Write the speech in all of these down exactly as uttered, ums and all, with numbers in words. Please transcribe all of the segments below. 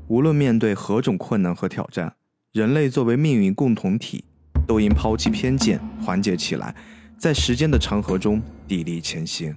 无论面对何种困难和挑战，人类作为命运共同体，都应抛弃偏见，团结起来，在时间的长河中砥砺前行。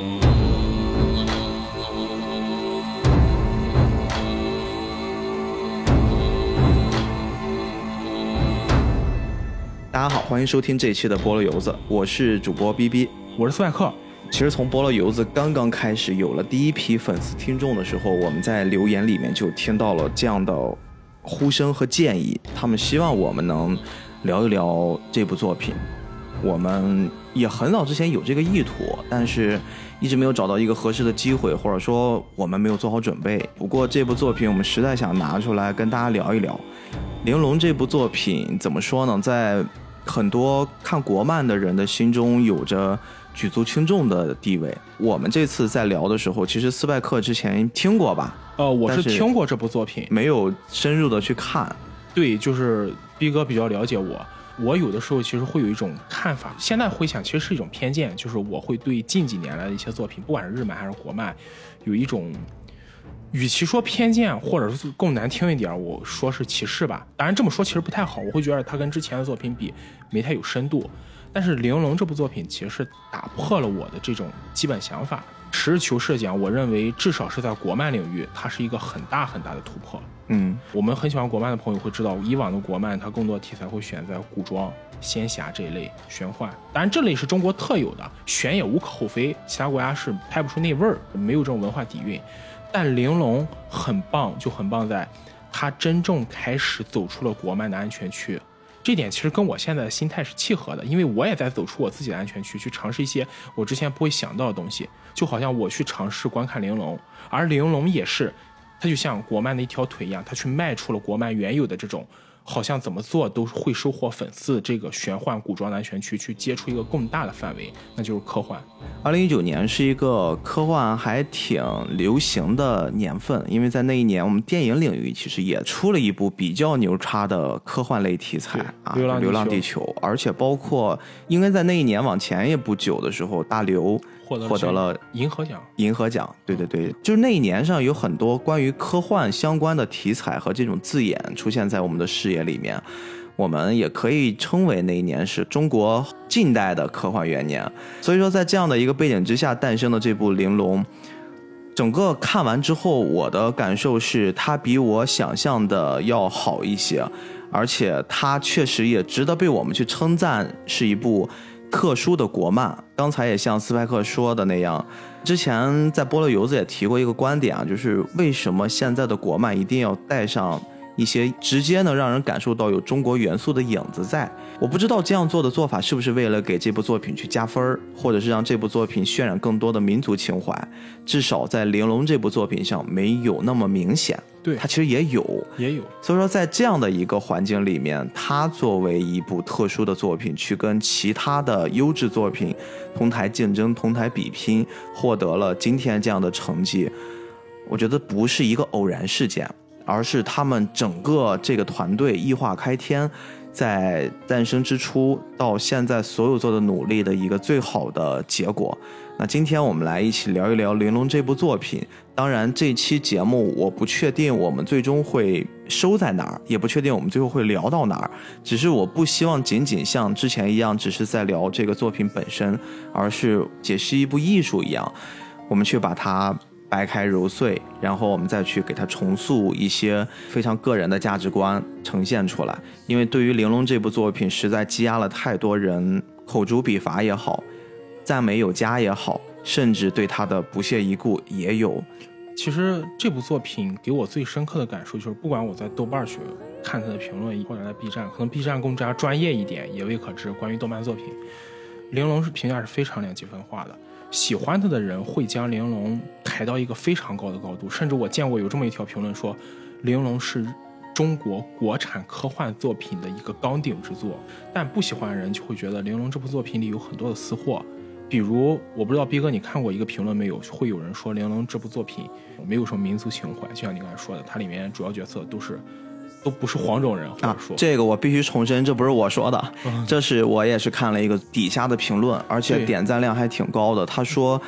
大家好，欢迎收听这一期的菠萝油子，我是主播 B B， 我是斯派克。 其实从菠萝油子刚刚开始有了第一批粉丝听众的时候，我们在留言里面就听到了这样的呼声和建议，他们希望我们能聊一聊这部作品。我们也很早之前有这个意图，但是一直没有找到一个合适的机会，或者说我们没有做好准备。不过这部作品我们实在想拿出来跟大家聊一聊。玲珑这部作品怎么说呢，在很多看国漫的人的心中有着举足轻重的地位。我们这次在聊的时候，其实斯派克之前听过吧？ 呃，我是听过这部作品， 没有深入的去看。 对，就是逼哥比较了解我，我有的时候其实会有一种看法，现在回想其实是一种偏见，就是我会对近几年来的一些作品，不管是日漫还是国漫，有一种与其说偏见，或者是更难听一点，我说是歧视吧。当然这么说其实不太好，我会觉得它跟之前的作品比没太有深度。但是玲珑这部作品其实是打破了我的这种基本想法。实事求是讲，我认为至少是在国漫领域，它是一个很大很大的突破。 嗯， 我们很喜欢国漫的朋友会知道，以往的国漫它更多题材会选在古装、仙侠这一类玄幻。当然这类是中国特有的，选也无可厚非，其他国家是拍不出那味儿，没有这种文化底蕴。但玲珑很棒，就很棒在它真正开始走出了国漫的安全区。这点其实跟我现在的心态是契合的，因为我也在走出我自己的安全区，去尝试一些我之前不会想到的东西。就好像我去尝试观看玲珑，而玲珑也是它就像国漫的一条腿一样，它去迈出了国漫原有的这种好像怎么做都会收获粉丝这个玄幻古装的安全区，去接触一个更大的范围，那就是科幻。 二零一九年是一个科幻还挺流行的年份，因为在那一年我们电影领域其实也出了一部比较牛叉的科幻类题材啊， 流浪流浪地球，而且包括应该在那一年往前也不久的时候，大刘获得了银河奖。 银河奖，对对对，就是那一年上有很多关于科幻相关的题材和这种字眼出现在我们的视野里面。我们也可以称为那一年是中国近代的科幻元年。所以说在这样的一个背景之下诞生的这部玲珑，整个看完之后我的感受是它比我想象的要好一些，而且它确实也值得被我们去称赞是一部特殊的国漫。刚才也像斯派克说的那样，之前在菠萝油子也提过一个观点啊，就是为什么现在的国漫一定要带上一些直接能让人感受到有中国元素的影子在。我不知道这样做的做法是不是为了给这部作品去加分，或者是让这部作品渲染更多的民族情怀，至少在玲珑这部作品上没有那么明显。 对， 它其实也有也有。 所以说在这样的一个环境里面，它作为一部特殊的作品去跟其他的优质作品同台竞争，同台比拼，获得了今天这样的成绩，我觉得不是一个偶然事件，而是他们整个这个团队异化开天，在诞生之初到现在所有做的努力的一个最好的结果。那今天我们来一起聊一聊玲珑这部作品。当然这期节目我不确定我们最终会收在哪儿，也不确定我们最后会聊到哪儿，只是我不希望仅仅像之前一样只是在聊这个作品本身，而是解析一部艺术一样，我们去把它掰开揉碎，然后我们再去给它重塑一些非常个人的价值观呈现出来。因为对于玲珑这部作品实在积压了太多人口诛笔伐也好，赞美有加也好，甚至对他的不屑一顾也有。 其实这部作品给我最深刻的感受就是，不管我在豆瓣去看他的评论，或者在 B 站，可能 B 站更加专业一点也未可知，关于动漫作品玲珑是评价是非常两极分化的。喜欢他的人会将玲珑抬到一个非常高的高度，甚至我见过有这么一条评论说，玲珑是中国国产科幻作品的一个纲顶之作。但不喜欢的人就会觉得玲珑这部作品里有很多的私货，比如我不知道逼哥你看过一个评论没有，会有人说玲珑这部作品没有什么民族情怀，就像你刚才说的，它里面主要角色都是都不是黄种人，或者说、 啊、这个我必须重申，这不是我说的、嗯、这是我也是看了一个底下的评论，而且点赞量还挺高的。他说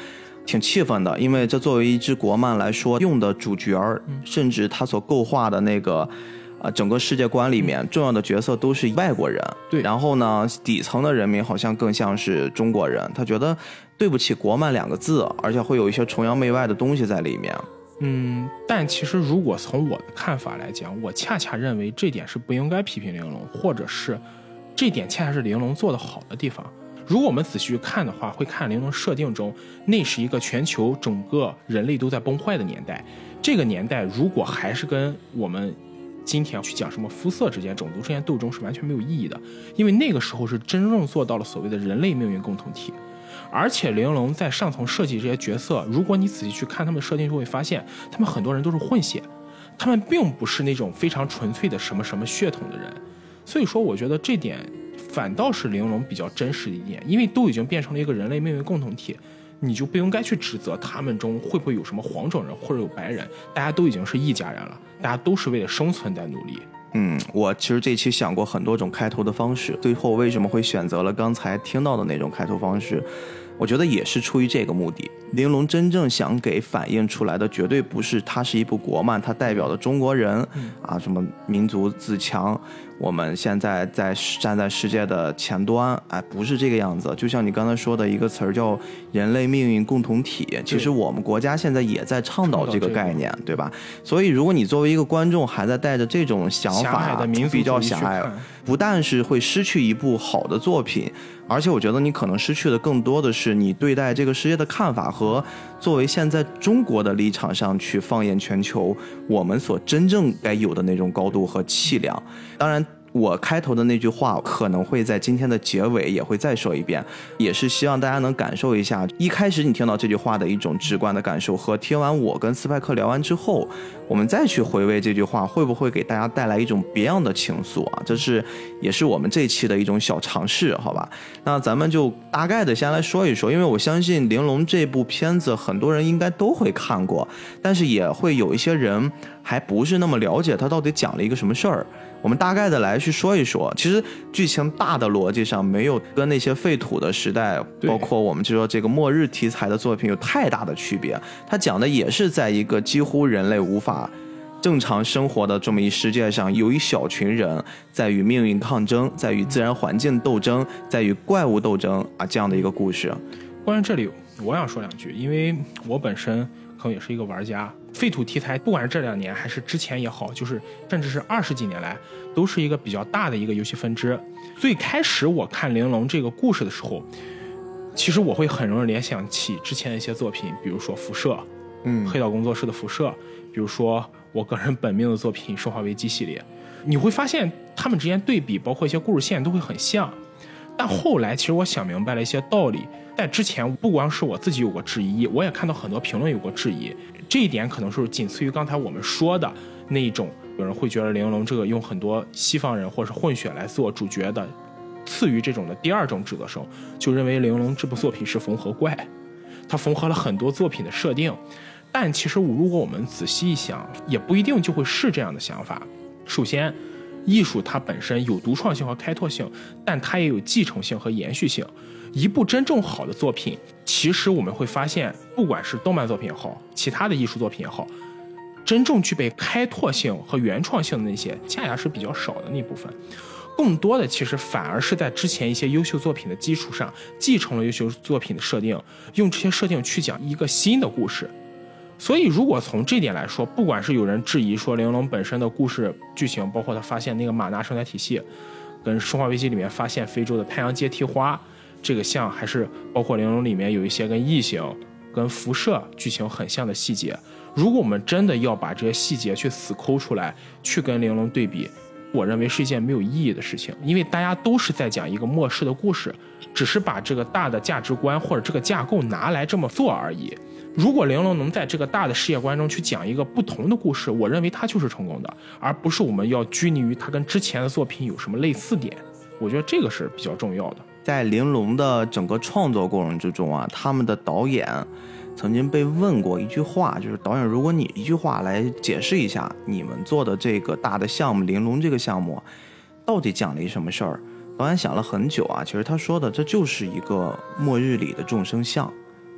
挺气愤的，因为这作为一支国漫来说，用的主角甚至他所构画的那个呃，整个世界观里面重要的角色都是外国人， 对， 然后呢，底层的人民好像更像是中国人，他觉得对不起国漫两个字，而且会有一些崇洋媚外的东西在里面。 嗯，但其实如果从我的看法来讲，我恰恰认为这点是不应该批评玲珑，或者是这点恰恰是玲珑做得好的地方。如果我们仔细去看的话，会看玲珑设定中，那是一个全球整个人类都在崩坏的年代。这个年代如果还是跟我们今天去讲什么肤色之间、种族之间斗争是完全没有意义的，因为那个时候是真正做到了所谓的人类命运共同体。而且玲珑在上层设计这些角色，如果你仔细去看他们的设定，就会发现他们很多人都是混血，他们并不是那种非常纯粹的什么什么血统的人。所以说我觉得这点反倒是玲珑比较真实的一点，因为都已经变成了一个人类命运共同体，你就不应该去指责他们中会不会有什么黄种人或者有白人，大家都已经是一家人了，大家都是为了生存在努力。 嗯，我其实这期想过很多种开头的方式，最后为什么会选择了刚才听到的那种开头方式，我觉得也是出于这个目的。玲珑真正想给反映出来的绝对不是它是一部国漫，它代表的中国人、嗯、啊，什么民族自强，我们现在在站在世界的前端，哎，不是这个样子。就像你刚才说的一个词儿叫人类命运共同体，其实我们国家现在也在倡导这个概念，对吧？所以如果你作为一个观众还在带着这种想法，比较狭隘，不但是会失去一部好的作品，而且我觉得你可能失去的更多的是你对待这个世界的看法和作为现在中国的立场上去放眼全球我们所真正该有的那种高度和气量。当然我开头的那句话可能会在今天的结尾也会再说一遍，也是希望大家能感受一下一开始你听到这句话的一种直观的感受，和听完我跟斯派克聊完之后我们再去回味这句话会不会给大家带来一种别样的情愫啊？这是也是我们这一期的一种小尝试，好吧？那咱们就大概的先来说一说，因为我相信玲珑这部片子很多人应该都会看过，但是也会有一些人还不是那么了解它到底讲了一个什么事儿。我们大概的来去说一说，其实剧情大的逻辑上没有跟那些废土的时代，包括我们就说这个末日题材的作品有太大的区别。它讲的也是在一个几乎人类无法正常生活的这么一世界上，有一小群人在与命运抗争，在与自然环境斗争，在与怪物斗争啊，这样的一个故事。 关于这里我想说两句，因为我本身可能也是一个玩家，废土题材不管是这两年还是之前也好，就是甚至是二十几年来都是一个比较大的一个游戏分支。最开始我看玲珑这个故事的时候，其实我会很容易联想起之前的一些作品，比如说辐射，嗯，黑岛工作室的辐射，比如说我个人本命的作品生化危机系列，你会发现他们之间对比包括一些故事线都会很像。但后来其实我想明白了一些道理，在之前不光是我自己有过质疑，我也看到很多评论有过质疑，这一点可能是仅次于刚才我们说的那一种，有人会觉得玲珑这个用很多西方人或者是混血来做主角的，次于这种的第二种指责声，就认为玲珑这部作品是缝合怪，它缝合了很多作品的设定。但其实如果我们仔细一想，也不一定就会是这样的想法。首先艺术它本身有独创性和开拓性，但它也有继承性和延续性。一部真正好的作品，其实我们会发现，不管是动漫作品也好，其他的艺术作品也好，真正具备开拓性和原创性的那些，恰恰是比较少的那部分。更多的其实反而是在之前一些优秀作品的基础上，继承了优秀作品的设定，用这些设定去讲一个新的故事。所以如果从这点来说，不管是有人质疑说玲珑本身的故事剧情，包括他发现那个马纳生态体系，跟生化危机里面发现非洲的太阳阶梯花这个像，还是包括玲珑里面有一些跟异形跟辐射剧情很像的细节，如果我们真的要把这些细节去死抠出来，去跟玲珑对比，我认为是一件没有意义的事情。因为大家都是在讲一个末世的故事，只是把这个大的价值观或者这个架构拿来这么做而已。如果玲珑能在这个大的世界观中去讲一个不同的故事，我认为它就是成功的，而不是我们要拘泥于它跟之前的作品有什么类似点。我觉得这个是比较重要的。 在玲珑的整个创作过程之中啊，他们的导演曾经被问过一句话，就是导演，如果你一句话来解释一下你们做的这个大的项目玲珑这个项目到底讲了一什么事儿，导演想了很久啊，其实他说的这就是一个末日里的众生相，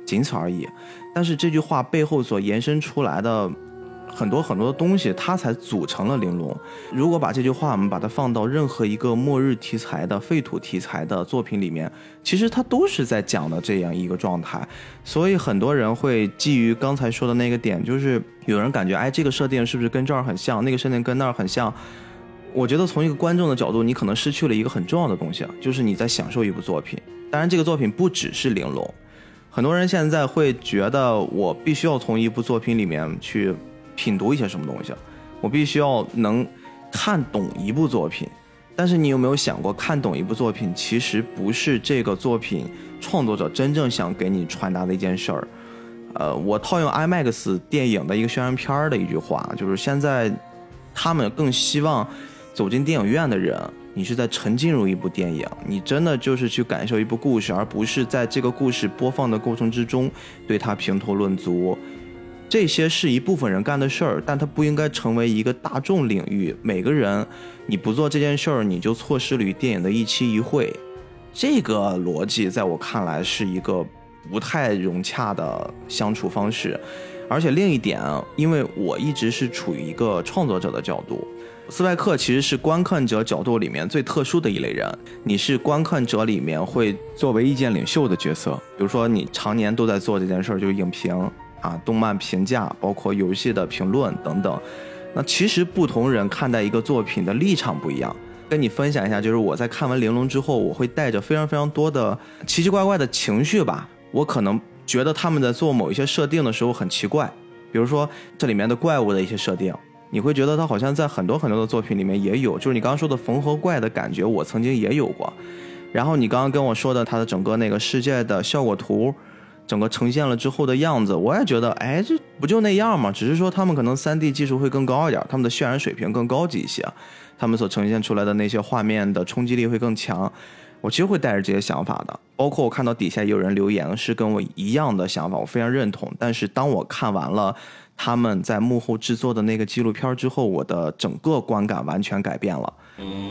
仅此而已。但是这句话背后所延伸出来的很多很多的东西，它才组成了玲珑。如果把这句话我们把它放到任何一个末日题材的废土题材的作品里面，其实它都是在讲的这样一个状态。所以很多人会基于刚才说的那个点，就是有人感觉哎，这个设定是不是跟这儿很像，那个设定跟那儿很像。我觉得从一个观众的角度，你可能失去了一个很重要的东西，就是你在享受一部作品。当然这个作品不只是玲珑，很多人现在会觉得我必须要从一部作品里面去品读一些什么东西，我必须要能看懂一部作品。但是你有没有想过，看懂一部作品其实不是这个作品创作者真正想给你传达的一件事儿。呃，我套用 IMAX 电影的一个宣传片的一句话，就是现在他们更希望走进电影院的人，你是在沉浸入一部电影，你真的就是去感受一部故事，而不是在这个故事播放的过程之中对它评头论足。这些是一部分人干的事儿，但它不应该成为一个大众领域。每个人你不做这件事儿，你就错失了与电影的一期一会。这个逻辑在我看来是一个不太融洽的相处方式。而且另一点，因为我一直是处于一个创作者的角度，斯派克其实是观看者角度里面最特殊的一类人。你是观看者里面会作为意见领袖的角色，比如说你常年都在做这件事，就是影评啊、动漫评价，包括游戏的评论等等。那其实不同人看待一个作品的立场不一样。跟你分享一下，就是我在看完玲珑之后，我会带着非常非常多的奇奇怪怪的情绪吧。我可能觉得他们在做某一些设定的时候很奇怪，比如说这里面的怪物的一些设定，你会觉得它好像在很多很多的作品里面也有，就是你刚刚说的缝合怪的感觉，我曾经也有过。然后你刚刚跟我说的它的整个那个世界的效果图，整个呈现了之后的样子，我也觉得哎，这不就那样吗？只是说他们可能 三 D 技术会更高一点，他们的渲染水平更高级一些，他们所呈现出来的那些画面的冲击力会更强。我其实会带着这些想法的，包括我看到底下有人留言是跟我一样的想法，我非常认同。但是当我看完了他们在幕后制作的那个纪录片之后，我的整个观感完全改变了。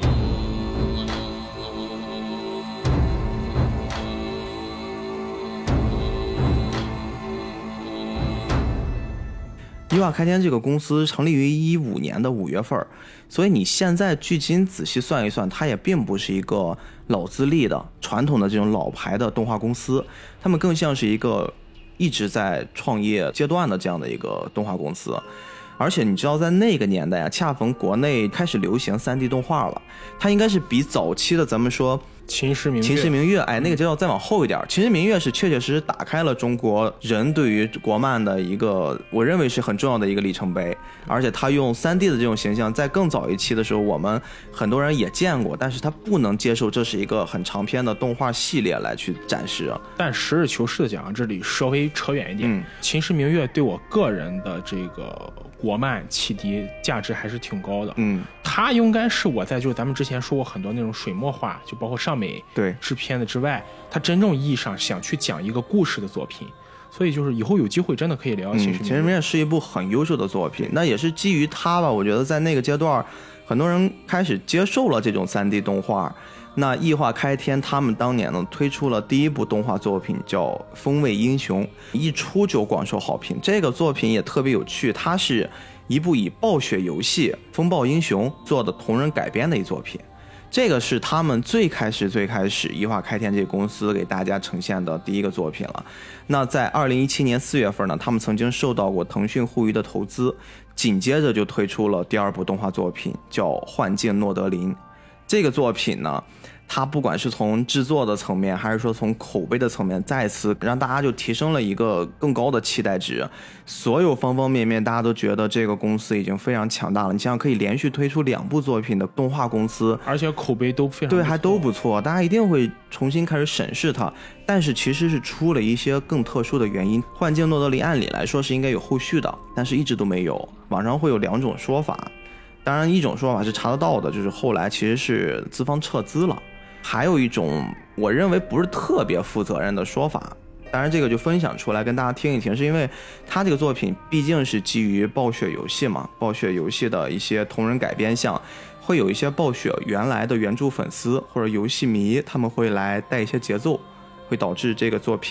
伊瓦开天这个公司成立于一五年的五月份，所以你现在距今仔细算一算，它也并不是一个老资历的传统的这种老牌的动画公司，他们更像是一个一直在创业阶段的这样的一个动画公司。而且你知道在那个年代啊，恰逢国内开始流行 三 D 动画了，它应该是比早期的咱们说秦时明月， 秦时明月，哎，那个就要再往后一点。秦时明月是确确实实打开了中国人对于国漫的一个，我认为是很重要的一个里程碑。而且他用 三 D 的这种形象，在更早一期的时候，我们很多人也见过，但是他不能接受这是一个很长篇的动画系列来去展示。 但实事求是的讲，这里稍微扯远一点， 嗯， 秦时明月对我个人的这个国漫启迪价值还是挺高的。 嗯， 它应该是我在就是咱们之前说过很多那种水墨画，就包括上美对制片的之外，它真正意义上想去讲一个故事的作品。所以就是以后有机会真的可以聊秦时明月。 秦时明月是一部很优秀的作品，那也是基于它吧，我觉得在那个阶段很多人开始接受了这种 三 D 动画。那异化开天他们当年呢推出了第一部动画作品叫《风味英雄》，一出就广受好评。这个作品也特别有趣，它是一部以暴雪游戏《风暴英雄》做的同人改编的一作品。这个是他们最开始最开始异化开天这个公司给大家呈现的第一个作品了。那在二零一七年四月份呢，他们曾经受到过腾讯互娱的投资，紧接着就推出了第二部动画作品叫《幻境诺德林》。这个作品呢，它不管是从制作的层面，还是说从口碑的层面，再次让大家就提升了一个更高的期待值。所有方方面面，大家都觉得这个公司已经非常强大了。你想想，可以连续推出两部作品的动画公司， 而且口碑都非常对，还都不错，大家一定会重新开始审视它。但是其实是出了一些更特殊的原因。幻境诺德林按理来说是应该有后续的，但是一直都没有。网上会有两种说法，当然一种说法是查得到的，就是后来其实是资方撤资了。还有一种我认为不是特别负责任的说法，当然这个就分享出来跟大家听一听，是因为他这个作品毕竟是基于暴雪游戏嘛，暴雪游戏的一些同人改编项，会有一些暴雪原来的原著粉丝或者游戏迷，他们会来带一些节奏，会导致这个作品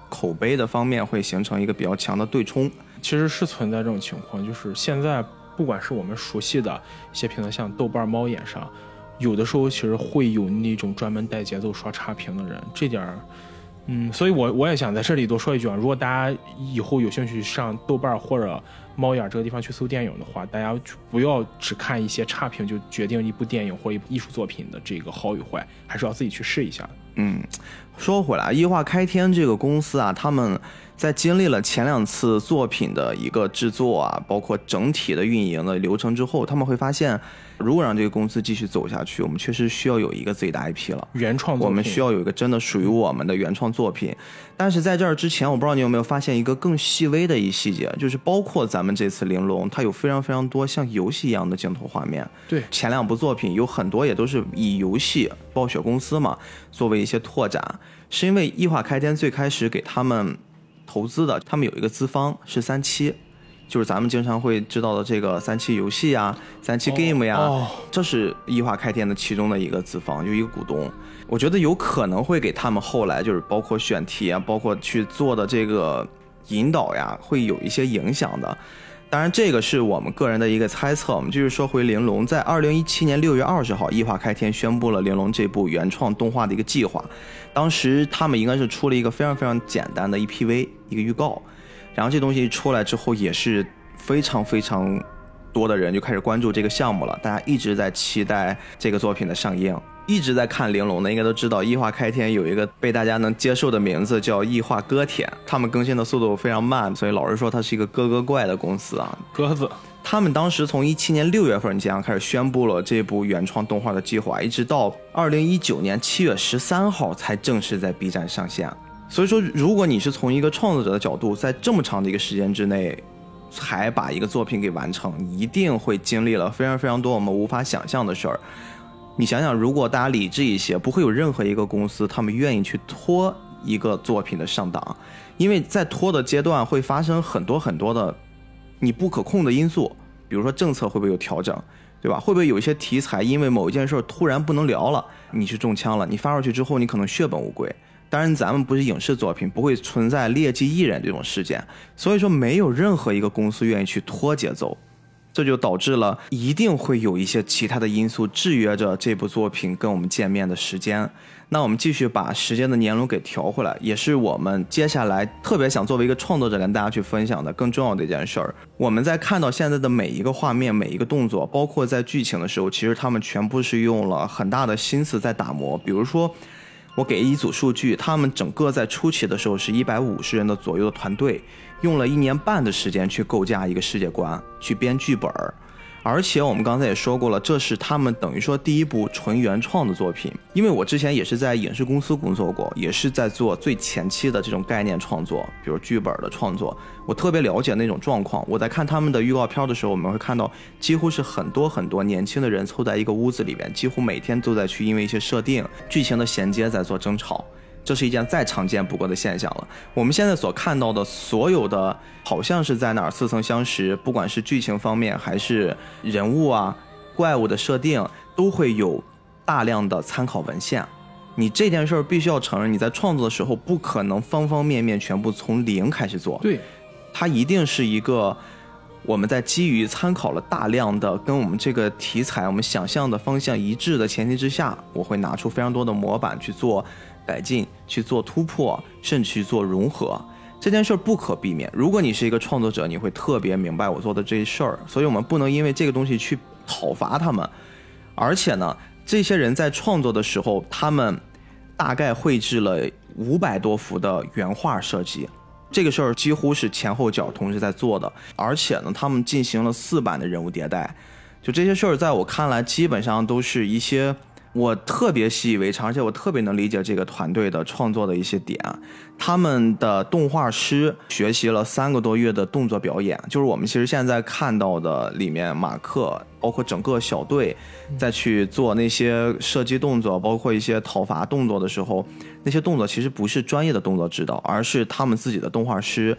口碑的方面会形成一个比较强的对冲。 其实是存在这种情况，就是现在不管是我们熟悉的一些平台，像豆瓣、猫眼上，有的时候其实会有那种专门带节奏刷差评的人，这点嗯，所以我我也想在这里多说一句啊，如果大家以后有兴趣上豆瓣或者猫眼这个地方去搜电影的话，大家不要只看一些差评就决定一部电影或一部艺术作品的这个好与坏，还是要自己去试一下。 嗯，说回来，异化开天这个公司啊，他们在经历了前两次作品的一个制作啊，包括整体的运营的流程之后，他们会发现，如果让这个公司继续走下去，我们确实需要有一个自己的 I P 了， 原创作品， 我们需要有一个真的属于我们的原创作品。但是在这儿之前，我不知道你有没有发现一个更细微的一细节，就是包括咱们这次玲珑，它有非常非常多像游戏一样的镜头画面。 对， 前两部作品有很多也都是以游戏，暴雪公司嘛，作为一些拓展，是因为异化开天最开始给他们投资的，他们有一个资方是三七，就是咱们经常会知道的这个三七游戏呀、三七 Game 呀、 哦哦， 这是异化开天的其中的一个资方，有一个股东。我觉得有可能会给他们后来就是包括选题啊，包括去做的这个引导呀，会有一些影响的。当然这个是我们个人的一个猜测。我们继续说回玲珑，在二零一七年六月二十号，异化开天宣布了玲珑这部原创动画的一个计划。当时他们应该是出了一个非常非常简单的 E P V 一个预告，然后这东西一出来之后也是非常非常多的人就开始关注这个项目了，大家一直在期待这个作品的上映。一直在看玲珑的应该都知道，异化开天有一个被大家能接受的名字叫异化歌田，他们更新的速度非常慢，所以老实说它是一个咯咯怪的公司啊。 鸽子他们当时从一七年六月份这样开始宣布了这部原创动画的计划，一直到二零一九年七月十三号才正式在 B 站上线。所以说如果你是从一个创作者的角度，在这么长的一个时间之内才把一个作品给完成，你一定会经历了非常非常多我们无法想象的事儿。你想想，如果大家理智一些，不会有任何一个公司他们愿意去拖一个作品的上档，因为在拖的阶段会发生很多很多的你不可控的因素，比如说政策会不会有调整，对吧？会不会有一些题材因为某一件事突然不能聊了，你去中枪了，你发出去之后你可能血本无归。当然咱们不是影视作品，不会存在劣迹艺人这种事件，所以说没有任何一个公司愿意去拖节奏，这就导致了一定会有一些其他的因素制约着这部作品跟我们见面的时间。那我们继续把时间的年轮给调回来，也是我们接下来特别想作为一个创作者跟大家去分享的更重要的一件事儿。我们在看到现在的每一个画面，每一个动作，包括在剧情的时候，其实他们全部是用了很大的心思在打磨。比如说我给一组数据，他们整个在初期的时候是一百五十人的左右的团队，用了一年半的时间去构架一个世界观，去编剧本。而且我们刚才也说过了，这是他们等于说第一部纯原创的作品。因为我之前也是在影视公司工作过，也是在做最前期的这种概念创作，比如剧本的创作，我特别了解那种状况。我在看他们的预告片的时候，我们会看到几乎是很多很多年轻的人凑在一个屋子里边，几乎每天都在去因为一些设定剧情的衔接在做争吵，这是一件再常见不过的现象了。我们现在所看到的所有的好像是在哪儿似曾相识，不管是剧情方面还是人物啊怪物的设定，都会有大量的参考文献。你这件事儿必须要承认，你在创作的时候不可能方方面面全部从零开始做， 对， 它一定是一个我们在基于参考了大量的跟我们这个题材我们想象的方向一致的前提之下，我会拿出非常多的模板去做改进，去做突破，甚至去做融合。这件事儿不可避免，如果你是一个创作者，你会特别明白我做的这事儿，所以我们不能因为这个东西去讨伐他们。而且呢，这些人在创作的时候，他们大概绘制了五百多幅的原画设计，这个事儿几乎是前后脚同时在做的。而且呢，他们进行了四版的人物迭代，就这些事儿在我看来基本上都是一些我特别习以为常，而且我特别能理解这个团队的创作的一些点。他们的动画师学习了三个多月的动作表演，就是我们其实现在看到的里面马克包括整个小队再去做那些射击动作，包括一些讨伐动作的时候，那些动作其实不是专业的动作指导，而是他们自己的动画师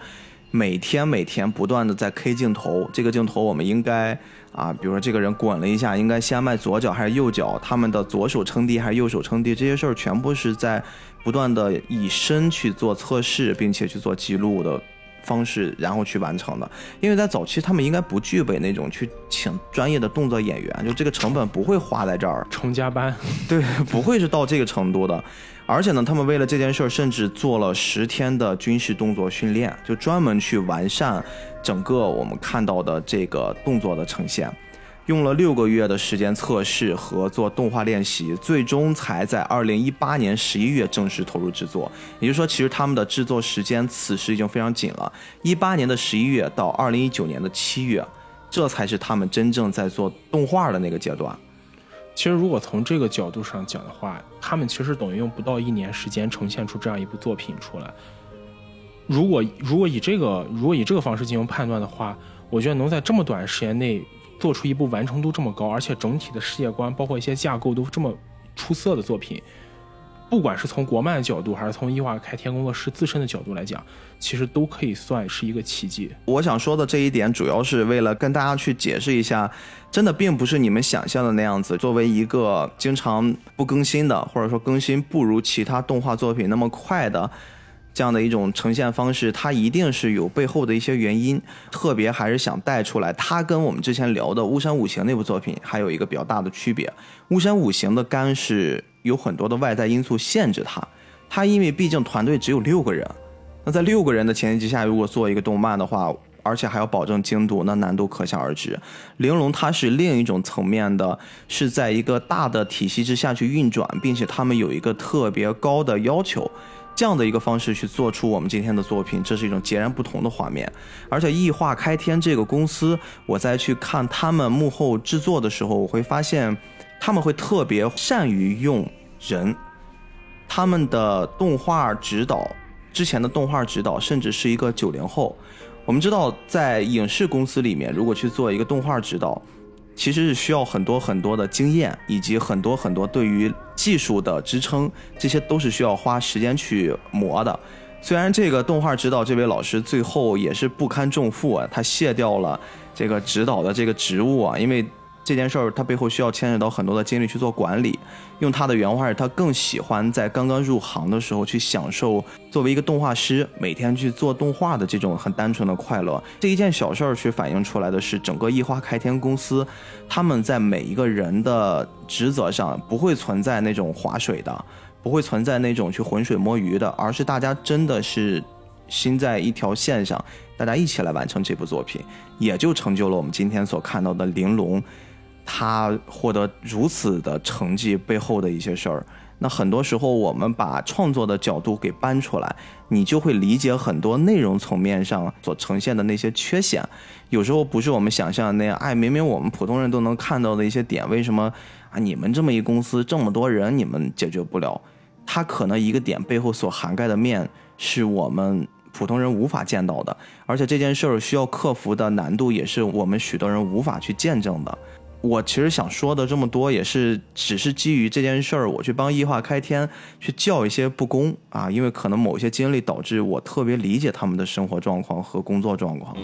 每天每天不断的在 K 镜头，这个镜头我们应该啊，比如说这个人滚了一下，应该先迈左脚还是右脚，他们的左手撑地还是右手撑地，这些事儿全部是在不断的以身去做测试，并且去做记录的方式，然后去完成的。因为在早期他们应该不具备那种去请专业的动作演员，就这个成本不会花在这儿， 成家班， 对，不会是到这个程度的。而且呢，他们为了这件事儿，甚至做了十天的军事动作训练，就专门去完善整个我们看到的这个动作的呈现。用了六个月的时间测试和做动画练习，最终才在二零一八年十一月正式投入制作。也就是说，其实他们的制作时间此时已经非常紧了，一八年的十一月到二零一九年的七月，这才是他们真正在做动画的那个阶段。 其实如果从这个角度上讲的话，他们其实等于用不到一年时间呈现出这样一部作品出来。如果如果以这个如果以这个方式进行判断的话，我觉得能在这么短时间内做出一部完成度这么高，而且整体的世界观包括一些架构都这么出色的作品，不管是从国漫的角度还是从异化开天工作室自身的角度来讲，其实都可以算是一个奇迹。 我想说的这一点主要是为了跟大家去解释一下，真的并不是你们想象的那样子，作为一个经常不更新的，或者说更新不如其他动画作品那么快的这样的一种呈现方式，它一定是有背后的一些原因。特别还是想带出来，它跟我们之前聊的巫山五行那部作品还有一个比较大的区别。巫山五行的干是有很多的外在因素限制它，它因为毕竟团队只有六个人，那在六个人的前提之下，如果做一个动漫的话，而且还要保证精度，那难度可想而知。玲珑它是另一种层面的，是在一个大的体系之下去运转，并且他们有一个特别高的要求，这样的一个方式去做出我们今天的作品，这是一种截然不同的画面。而且异化开天这个公司，我在去看他们幕后制作的时候，我会发现他们会特别善于用人，他们的动画指导，之前的动画指导甚至是一个九零后。我们知道在影视公司里面，如果去做一个动画指导，其实是需要很多很多的经验，以及很多很多对于技术的支撑，这些都是需要花时间去磨的。虽然这个动画指导这位老师最后也是不堪重负啊，他卸掉了这个指导的这个职务啊，因为这件事儿他背后需要牵扯到很多的精力去做管理。用他的原话是，他更喜欢在刚刚入行的时候去享受作为一个动画师每天去做动画的这种很单纯的快乐。这一件小事儿去反映出来的是，整个异化开天公司他们在每一个人的职责上不会存在那种划水的，不会存在那种去浑水摸鱼的，而是大家真的是心在一条线上，大家一起来完成这部作品，也就成就了我们今天所看到的玲珑他获得如此的成绩背后的一些事儿。那很多时候我们把创作的角度给搬出来，你就会理解很多内容层面上所呈现的那些缺陷。有时候不是我们想象的那样，哎，明明我们普通人都能看到的一些点，为什么啊你们这么一公司这么多人你们解决不了？它可能一个点背后所涵盖的面是我们普通人无法见到的，而且这件事儿需要克服的难度也是我们许多人无法去见证的。我其实想说的这么多，也是只是基于这件事儿，我去帮异化开天去叫一些不公啊，因为可能某些经历导致我特别理解他们的生活状况和工作状况。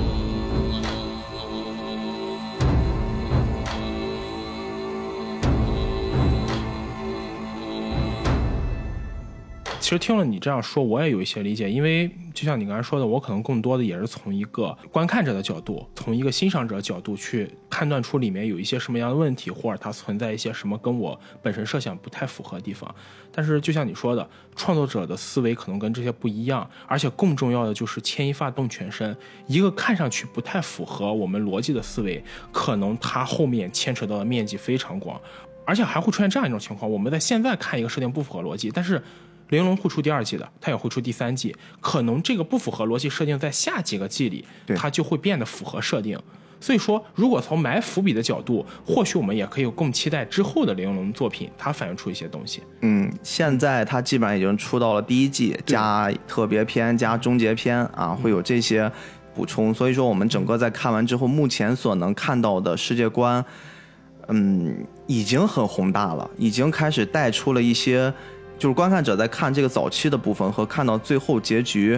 其实听了你这样说，我也有一些理解，因为就像你刚才说的，我可能更多的也是从一个观看者的角度，从一个欣赏者的角度去判断出里面有一些什么样的问题，或者它存在一些什么跟我本身设想不太符合的地方。但是就像你说的，创作者的思维可能跟这些不一样，而且更重要的就是牵一发动全身，一个看上去不太符合我们逻辑的思维，可能它后面牵扯到的面积非常广，而且还会出现这样一种情况，我们在现在看一个设定不符合逻辑，但是玲珑会出第二季的，它也会出第三季，可能这个不符合逻辑设定在下几个季里它就会变得符合设定。所以说如果从埋伏笔的角度，或许我们也可以更期待之后的玲珑作品它反映出一些东西。 嗯，现在它基本上已经出到了第一季加特别篇加终结篇啊，会有这些补充。所以说我们整个在看完之后，目前所能看到的世界观嗯，已经很宏大了，已经开始带出了一些就是观看者在看这个早期的部分和看到最后结局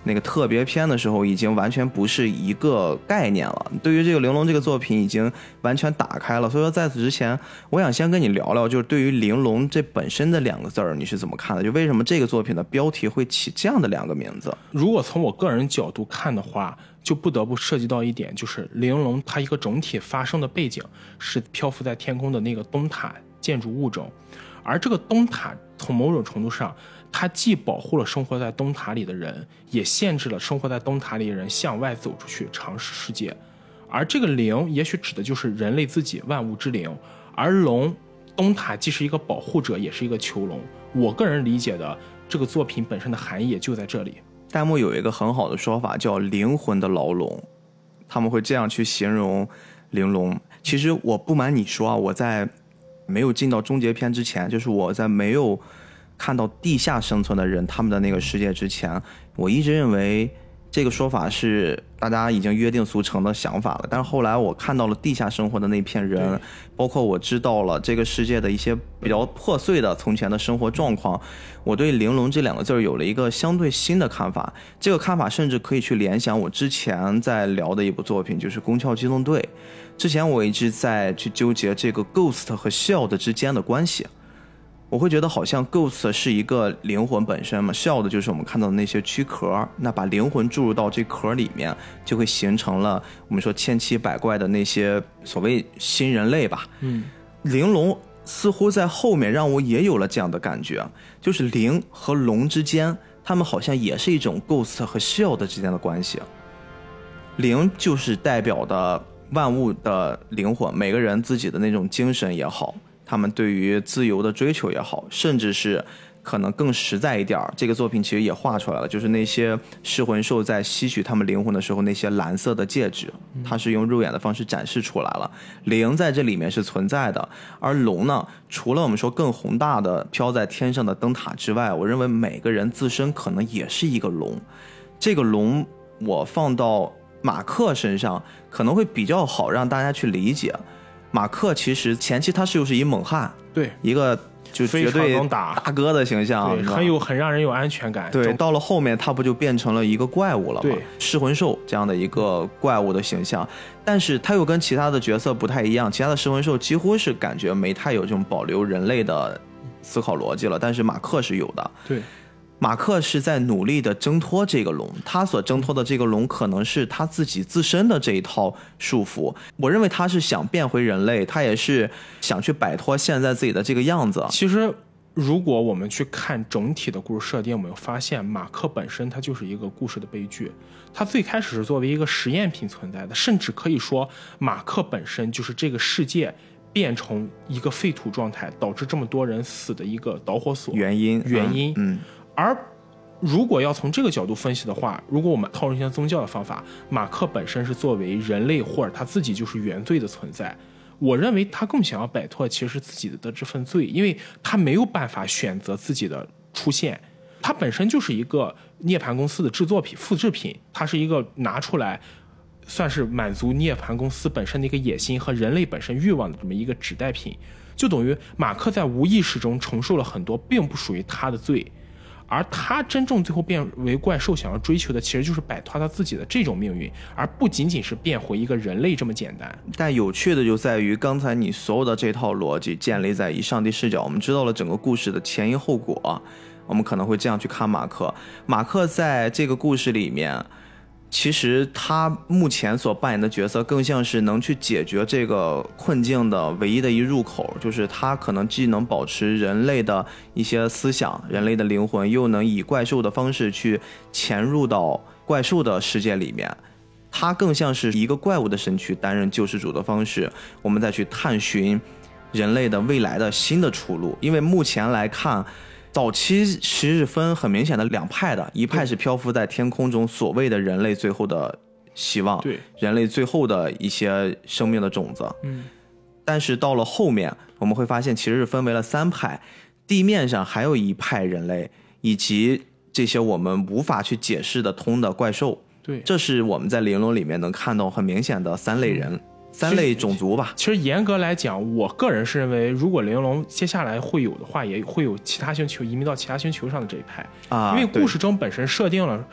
那个特别篇的时候，已经完全不是一个概念了。对于这个玲珑这个作品已经完全打开了。所以说在此之前，我想先跟你聊聊，就是对于玲珑这本身的两个字儿，你是怎么看的？就为什么这个作品的标题会起这样的两个名字？ 如果从我个人角度看的话，就不得不涉及到一点，就是玲珑它一个整体发生的背景是漂浮在天空的那个东塔建筑物中，而这个东塔从某种程度上，它既保护了生活在东塔里的人，也限制了生活在东塔里的人向外走出去尝试世界。而这个灵也许指的就是人类自己，万物之灵。而龙，东塔既是一个保护者，也是一个囚笼。我个人理解的这个作品本身的含义也就在这里。 弹幕有一个很好的说法叫灵魂的牢笼，他们会这样去形容玲珑。其实我不瞒你说啊，我在没有进到终结篇之前，就是我在没有看到地下生存的人他们的那个世界之前，我一直认为这个说法是大家已经约定俗成的想法了。但是后来我看到了地下生活的那片人，包括我知道了这个世界的一些比较破碎的从前的生活状况，我对玲珑这两个字有了一个相对新的看法。这个看法甚至可以去联想我之前在聊的一部作品，就是《宫壳机动队》。之前我一直在去纠结这个 Ghost 和 Shield 之间的关系，我会觉得好像 Ghost 是一个灵魂本身嘛， Shield 就是我们看到的那些躯壳，那把灵魂注入到这壳里面，就会形成了我们说千奇百怪的那些所谓新人类吧。 嗯， 玲珑似乎在后面让我也有了这样的感觉，就是灵和龙之间，他们好像也是一种 Ghost 和 Shield 之间的关系。灵就是代表的万物的灵魂，每个人自己的那种精神也好，他们对于自由的追求也好，甚至是可能更实在一点，这个作品其实也画出来了，就是那些噬魂兽在吸取他们灵魂的时候，那些蓝色的戒指，它是用肉眼的方式展示出来了。灵在这里面是存在的，而龙呢，除了我们说更宏大的飘在天上的灯塔之外，我认为每个人自身可能也是一个龙。这个龙我放到马克身上可能会比较好让大家去理解。马克其实前期他是又是一猛汉， 对， 一个就绝对大哥的形象， 对，很有很让人有安全感。 对，到了后面他不就变成了一个怪物了吗？ 对， 噬魂兽这样的一个怪物的形象，但是他又跟其他的角色不太一样，其他的噬魂兽几乎是感觉没太有这种保留人类的思考逻辑了，但是马克是有的。 对， 马克是在努力的挣脱这个龙，他所挣脱的这个龙可能是他自己自身的这一套束缚。我认为他是想变回人类，他也是想去摆脱现在自己的这个样子。 其实如果我们去看整体的故事设定，我们发现马克本身他就是一个故事的悲剧。他最开始是作为一个实验品存在的，甚至可以说马克本身就是这个世界变成一个废土状态，导致这么多人死的一个导火索原因原因。 嗯。嗯， 而如果要从这个角度分析的话，如果我们套用一些宗教的方法，马克本身是作为人类或者他自己就是原罪的存在，我认为他更想要摆脱其实是自己的这份罪，因为他没有办法选择自己的出现，他本身就是一个涅槃公司的制作品复制品，他是一个拿出来算是满足涅槃公司本身的一个野心和人类本身欲望的这么一个指代品，就等于马克在无意识中承受了很多并不属于他的罪，而他真正最后变为怪兽想要追求的其实就是摆脱他自己的这种命运，而不仅仅是变回一个人类这么简单。 但有趣的就在于刚才你所有的这套逻辑建立在以上帝视角，我们知道了整个故事的前因后果，我们可能会这样去看马克。马克在这个故事里面，其实他目前所扮演的角色更像是能去解决这个困境的唯一的一入口，就是他可能既能保持人类的一些思想，人类的灵魂，又能以怪兽的方式去潜入到怪兽的世界里面。他更像是一个怪物的身躯担任救世主的方式，我们再去探寻人类的未来的新的出路。因为目前来看，早期其实分很明显的两派的，一派是漂浮在天空中所谓的人类最后的希望， 对， 人类最后的一些生命的种子。 嗯， 但是到了后面我们会发现其实是分为了三派，地面上还有一派人类，以及这些我们无法去解释的通的怪兽。 对， 这是我们在玲珑里面能看到很明显的三类人、嗯、三类种族吧。 其实严格来讲，我个人是认为，如果玲珑接下来会有的话，也会有其他星球移民到其他星球上的这一派啊，因为故事中本身设定了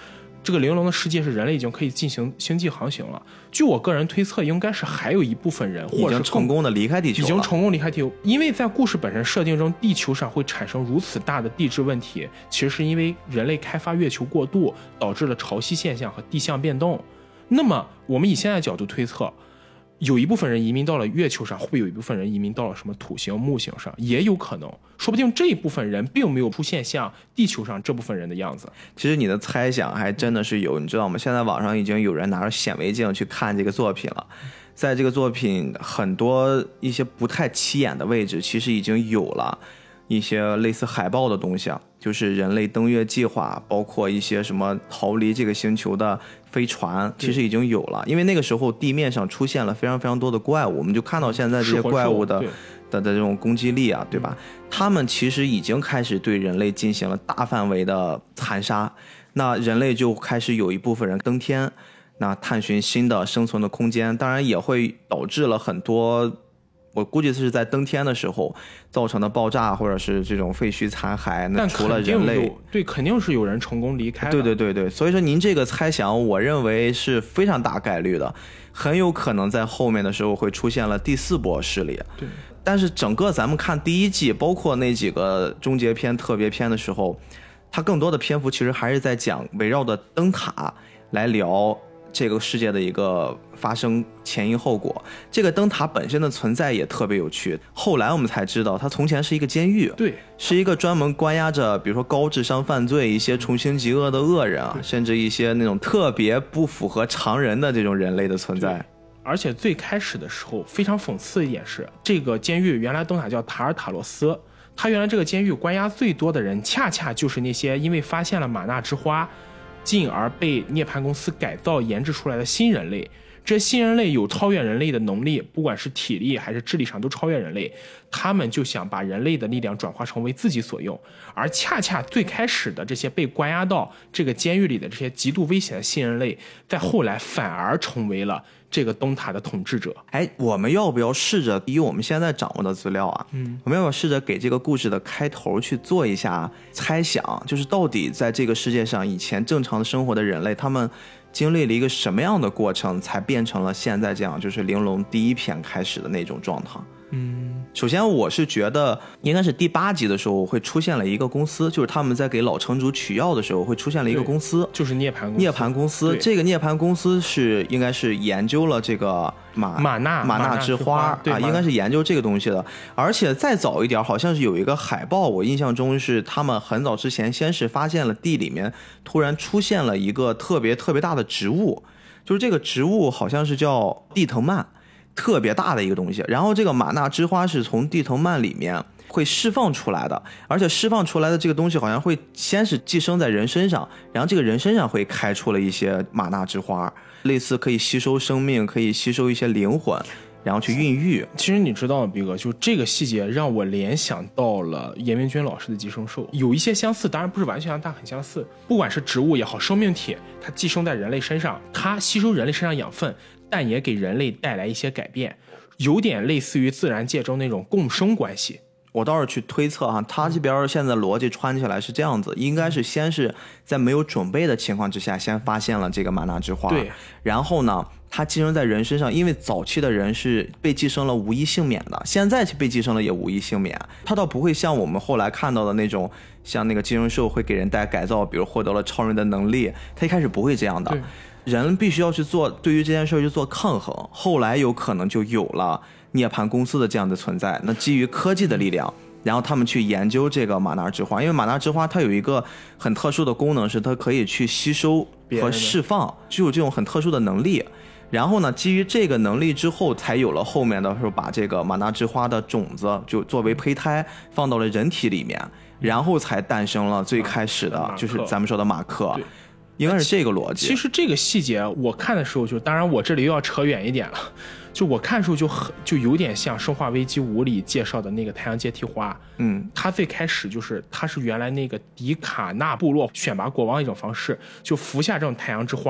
这个玲珑的世界是人类已经可以进行星际航行了。据我个人推测，应该是还有一部分人或者已经成功的离开地球了， 已经成功离开地球。因为在故事本身设定中，地球上会产生如此大的地质问题，其实是因为人类开发月球过度，导致了潮汐现象和地象变动。那么我们以现在的角度推测，有一部分人移民到了月球上，会有一部分人移民到了什么土星、木星上，也有可能，说不定这一部分人并没有出现像地球上这部分人的样子。 其实你的猜想还真的是有，你知道吗？现在网上已经有人拿着显微镜去看这个作品了，在这个作品很多一些不太起眼的位置，其实已经有了一些类似海报的东西啊，就是人类登月计划，包括一些什么逃离这个星球的飞船，其实已经有了。因为那个时候地面上出现了非常非常多的怪物，我们就看到现在这些怪物的的的这种攻击力啊，对吧？他们其实已经开始对人类进行了大范围的残杀，那人类就开始有一部分人登天，那探寻新的生存的空间，当然也会导致了很多。我估计是在登天的时候造成的爆炸，或者是这种废墟残骸。那除了人类， 对，肯定是有人成功离开的。 对对对对，所以说您这个猜想，我认为是非常大概率的，很有可能在后面的时候会出现了第四波势力。 对， 但是整个咱们看第一季，包括那几个终结篇、特别篇的时候，它更多的篇幅其实还是在讲围绕着灯塔来聊这个世界的一个发生前因后果。这个灯塔本身的存在也特别有趣，后来我们才知道它从前是一个监狱， 对， 是一个专门关押着比如说高智商犯罪、一些处心积恶的恶人啊，甚至一些那种特别不符合常人的这种人类的存在。 而且最开始的时候非常讽刺的一点是，这个监狱原来灯塔叫塔尔塔洛斯，他原来这个监狱关押最多的人恰恰就是那些因为发现了玛纳之花进而被涅槃公司改造研制出来的新人类。这新人类有超越人类的能力，不管是体力还是智力上都超越人类，他们就想把人类的力量转化成为自己所用。而恰恰最开始的这些被关押到这个监狱里的这些极度危险的新人类，在后来反而成为了这个灯塔的统治者。 哎，我们要不要试着以我们现在掌握的资料啊，嗯，我们要不要试着给这个故事的开头去做一下猜想，就是到底在这个世界上以前正常的生活的人类，他们经历了一个什么样的过程，才变成了现在这样，就是玲珑第一篇开始的那种状态。嗯，首先我是觉得应该是第八集的时候会出现了一个公司，就是他们在给老城主取药的时候会出现了一个公司， 就是涅槃公司。 涅槃公司，这个涅槃公司是应该是研究了这个玛玛纳玛纳之花啊，应该是研究这个东西的。而且再早一点，好像是有一个海报，我印象中是他们很早之前先是发现了地里面突然出现了一个特别特别大的植物，就是这个植物好像是叫地藤蔓。特别大的一个东西，然后这个玛纳之花是从地藤蔓里面会释放出来的，而且释放出来的这个东西好像会先是寄生在人身上，然后这个人身上会开出了一些玛纳之花，类似可以吸收生命，可以吸收一些灵魂，然后去孕育。 其实你知道吗，毕哥，就这个细节让我联想到了严明君老师的寄生兽，有一些相似，当然不是完全相似，但很相似。不管是植物也好，生命体，它寄生在人类身上，它吸收人类身上养分，但也给人类带来一些改变，有点类似于自然界中那种共生关系。 我倒是去推测哈，他这边现在逻辑穿起来是这样子，应该是先是在没有准备的情况之下，先发现了这个玛纳之花， 对， 然后呢，它寄生在人身上，因为早期的人是被寄生了无一幸免的，现在被寄生了也无一幸免，它倒不会像我们后来看到的那种，像那个寄生兽会给人带改造，比如获得了超人的能力，它一开始不会这样的。 对， 人必须要去做对于这件事去做抗衡，后来有可能就有了涅槃公司的这样的存在。那基于科技的力量，然后他们去研究这个玛纳之花，因为玛纳之花它有一个很特殊的功能，是它可以去吸收和释放，具有这种很特殊的能力。然后呢，基于这个能力之后，才有了后面的时候把这个玛纳之花的种子就作为胚胎放到了人体里面，然后才诞生了最开始的就是咱们说的马克。应该是这个逻辑。 其实这个细节我看的时候就，当然我这里又要扯远一点了，就我看的时候就很就有点像《生化危机五》里介绍的那个太阳阶梯花。嗯，它最开始就是它是原来那个迪卡纳部落选拔国王一种方式，就服下这种太阳之花，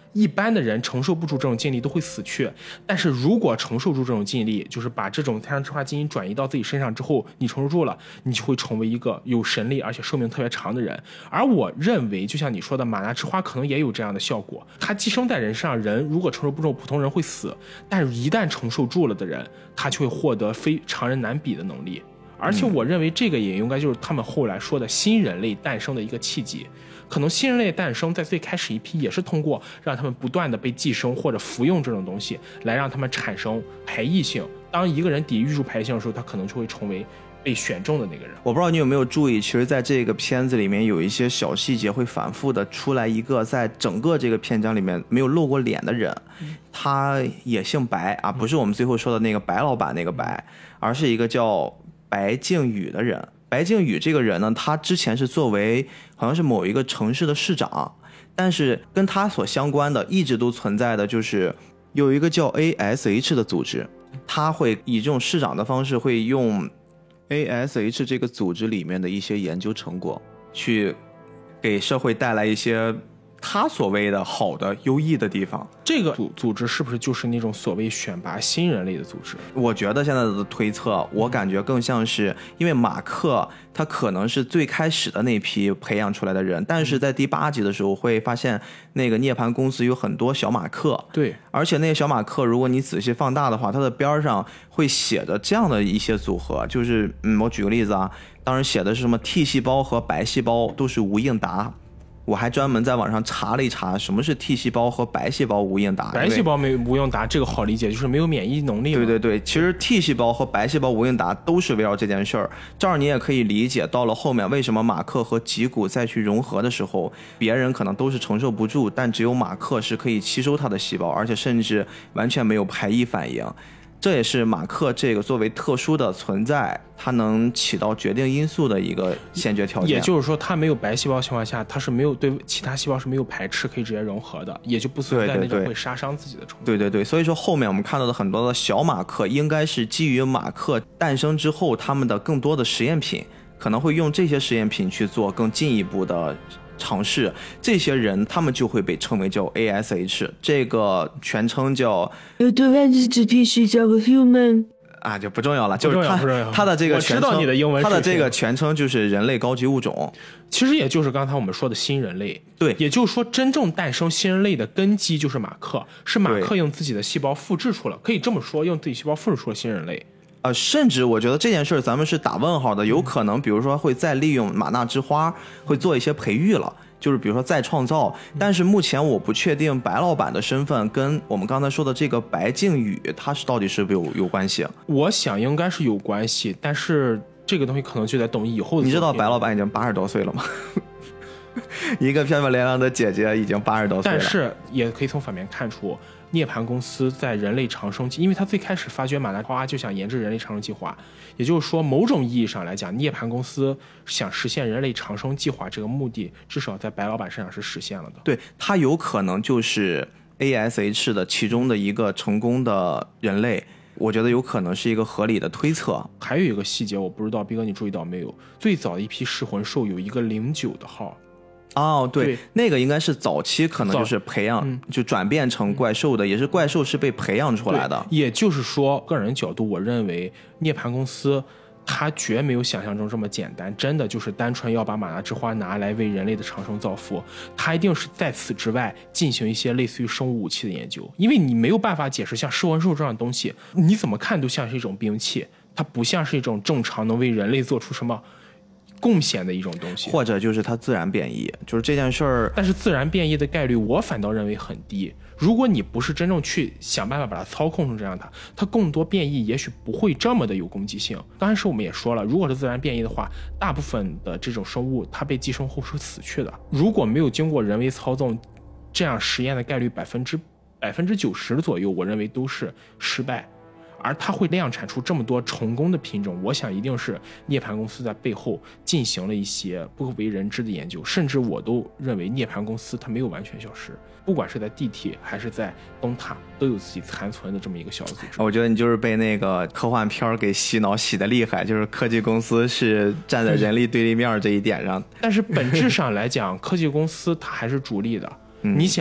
一般的人承受不住这种禁令都会死去，但是如果承受住这种禁令，就是把这种太阳之花基因转移到自己身上之后，你承受住了，你就会成为一个有神力而且寿命特别长的人。而我认为就像你说的，玛纳之花可能也有这样的效果，它寄生在人身上，人如果承受不住，普通人会死，但是一旦承受住了的人，他就会获得非常人难比的能力。而且我认为这个也应该就是他们后来说的新人类诞生的一个契机。可能新人类诞生在最开始一批也是通过让他们不断的被寄生或者服用这种东西来让他们产生排异性，当一个人抵御住排异性的时候，他可能就会成为被选中的那个人。 我不知道你有没有注意，其实在这个片子里面有一些小细节会反复的出来一个在整个这个篇章里面没有露过脸的人，他也姓白啊，不是我们最后说的那个白老板那个白，而是一个叫白靖宇的人。白靖宇这个人呢，他之前是作为好像是某一个城市的市长，但是跟他所相关的一直都存在的就是有一个叫 A S H 的组织，他会以这种市长的方式会用 A S H 这个组织里面的一些研究成果去给社会带来一些他所谓的好的优异的地方。 这个组组织是不是就是那种所谓选拔新人类的组织？ 我觉得现在的推测，我感觉更像是因为马克他可能是最开始的那批培养出来的人，但是在第八集的时候会发现那个涅槃公司有很多小马克， 对， 而且那个小马克如果你仔细放大的话，它的边上会写着这样的一些组合，就是嗯，我举个例子啊，当时写的是什么 T 细胞和白细胞都是无应答。我还专门在网上查了一查什么是 T 细胞和白细胞无应答。 白细胞没无应答，这个好理解，就是没有免疫能力。 对对对，其实 T 细胞和白细胞无应答都是围绕这件事儿。这儿你也可以理解到了后面为什么马克和吉古再去融合的时候，别人可能都是承受不住，但只有马克是可以吸收它的细胞，而且甚至完全没有排异反应。这也是马克这个作为特殊的存在，它能起到决定因素的一个先决条件。 也就是说，它没有白细胞情况下，它是没有对其他细胞是没有排斥，可以直接融合的，也就不存在那种会杀伤自己的冲突。 对对对，所以说后面我们看到的很多的小马克，应该是基于马克诞生之后他们的更多的实验品，可能会用这些实验品去做更进一步的尝试，这些人他们就会被称为叫 A S H， 这个全称叫 Advanced Species of Human 啊，就不重要了，就是他他的这个全称， 我知道你的英文， 他的这个全称就是人类高级物种， 其实也就是刚才我们说的新人类。 对， 也就是说，真正诞生新人类的根基就是马克，是马克用自己的细胞复制出了，可以这么说，用自己细胞复制出了新人类。 呃，甚至我觉得这件事咱们是打问号的，有可能比如说会再利用玛纳之花会做一些培育了，就是比如说再创造，但是目前我不确定白老板的身份跟我们刚才说的这个白靖宇他是到底是不是有有关系。 我想应该是有关系，但是这个东西可能就得等以后的。 你知道白老板已经八十多岁了吗？一个漂漂亮亮的姐姐已经八十多岁了。 但是也可以从反面看出，涅槃公司在人类长生计，因为他最开始发掘玛纳花就想研制人类长生计划，也就是说某种意义上来讲，涅槃公司想实现人类长生计划这个目的，至少在白老板身上是实现了的。 对，他有可能就是 A S H 的其中的一个成功的人类，我觉得有可能是一个合理的推测。 还有一个细节我不知道逼哥你注意到没有，最早的一批噬魂兽有一个零九的号。 哦，对， 对， 那个应该是早期可能就是培养、嗯、就转变成怪兽的，也是怪兽是被培养出来的。 也就是说，个人角度我认为涅槃公司它绝没有想象中这么简单，真的就是单纯要把玛纳之花拿来为人类的长生造福，它一定是在此之外进行一些类似于生物武器的研究，因为你没有办法解释像噬魂兽这样的东西，你怎么看都像是一种兵器，它不像是一种正常能为人类做出什么贡献的一种东西， 或者就是它自然变异，就是这件事儿。 但是自然变异的概率我反倒认为很低，如果你不是真正去想办法把它操控成这样，它它更多变异也许不会这么的有攻击性。当然是我们也说了，如果是自然变异的话，大部分的这种生物它被寄生后是死去的，如果没有经过人为操纵，这样实验的概率百分之百分之九十左右，我认为都是失败。而它会量产出这么多成功的品种，我想一定是涅槃公司在背后进行了一些不为人知的研究，甚至我都认为涅槃公司它没有完全消失，不管是在地铁还是在东塔都有自己残存的这么一个小组织。 我觉得你就是被那个科幻片给洗脑洗得厉害，就是科技公司是站在人力对立面这一点上。 但是本质上来讲科技公司它还是主力的、嗯、你想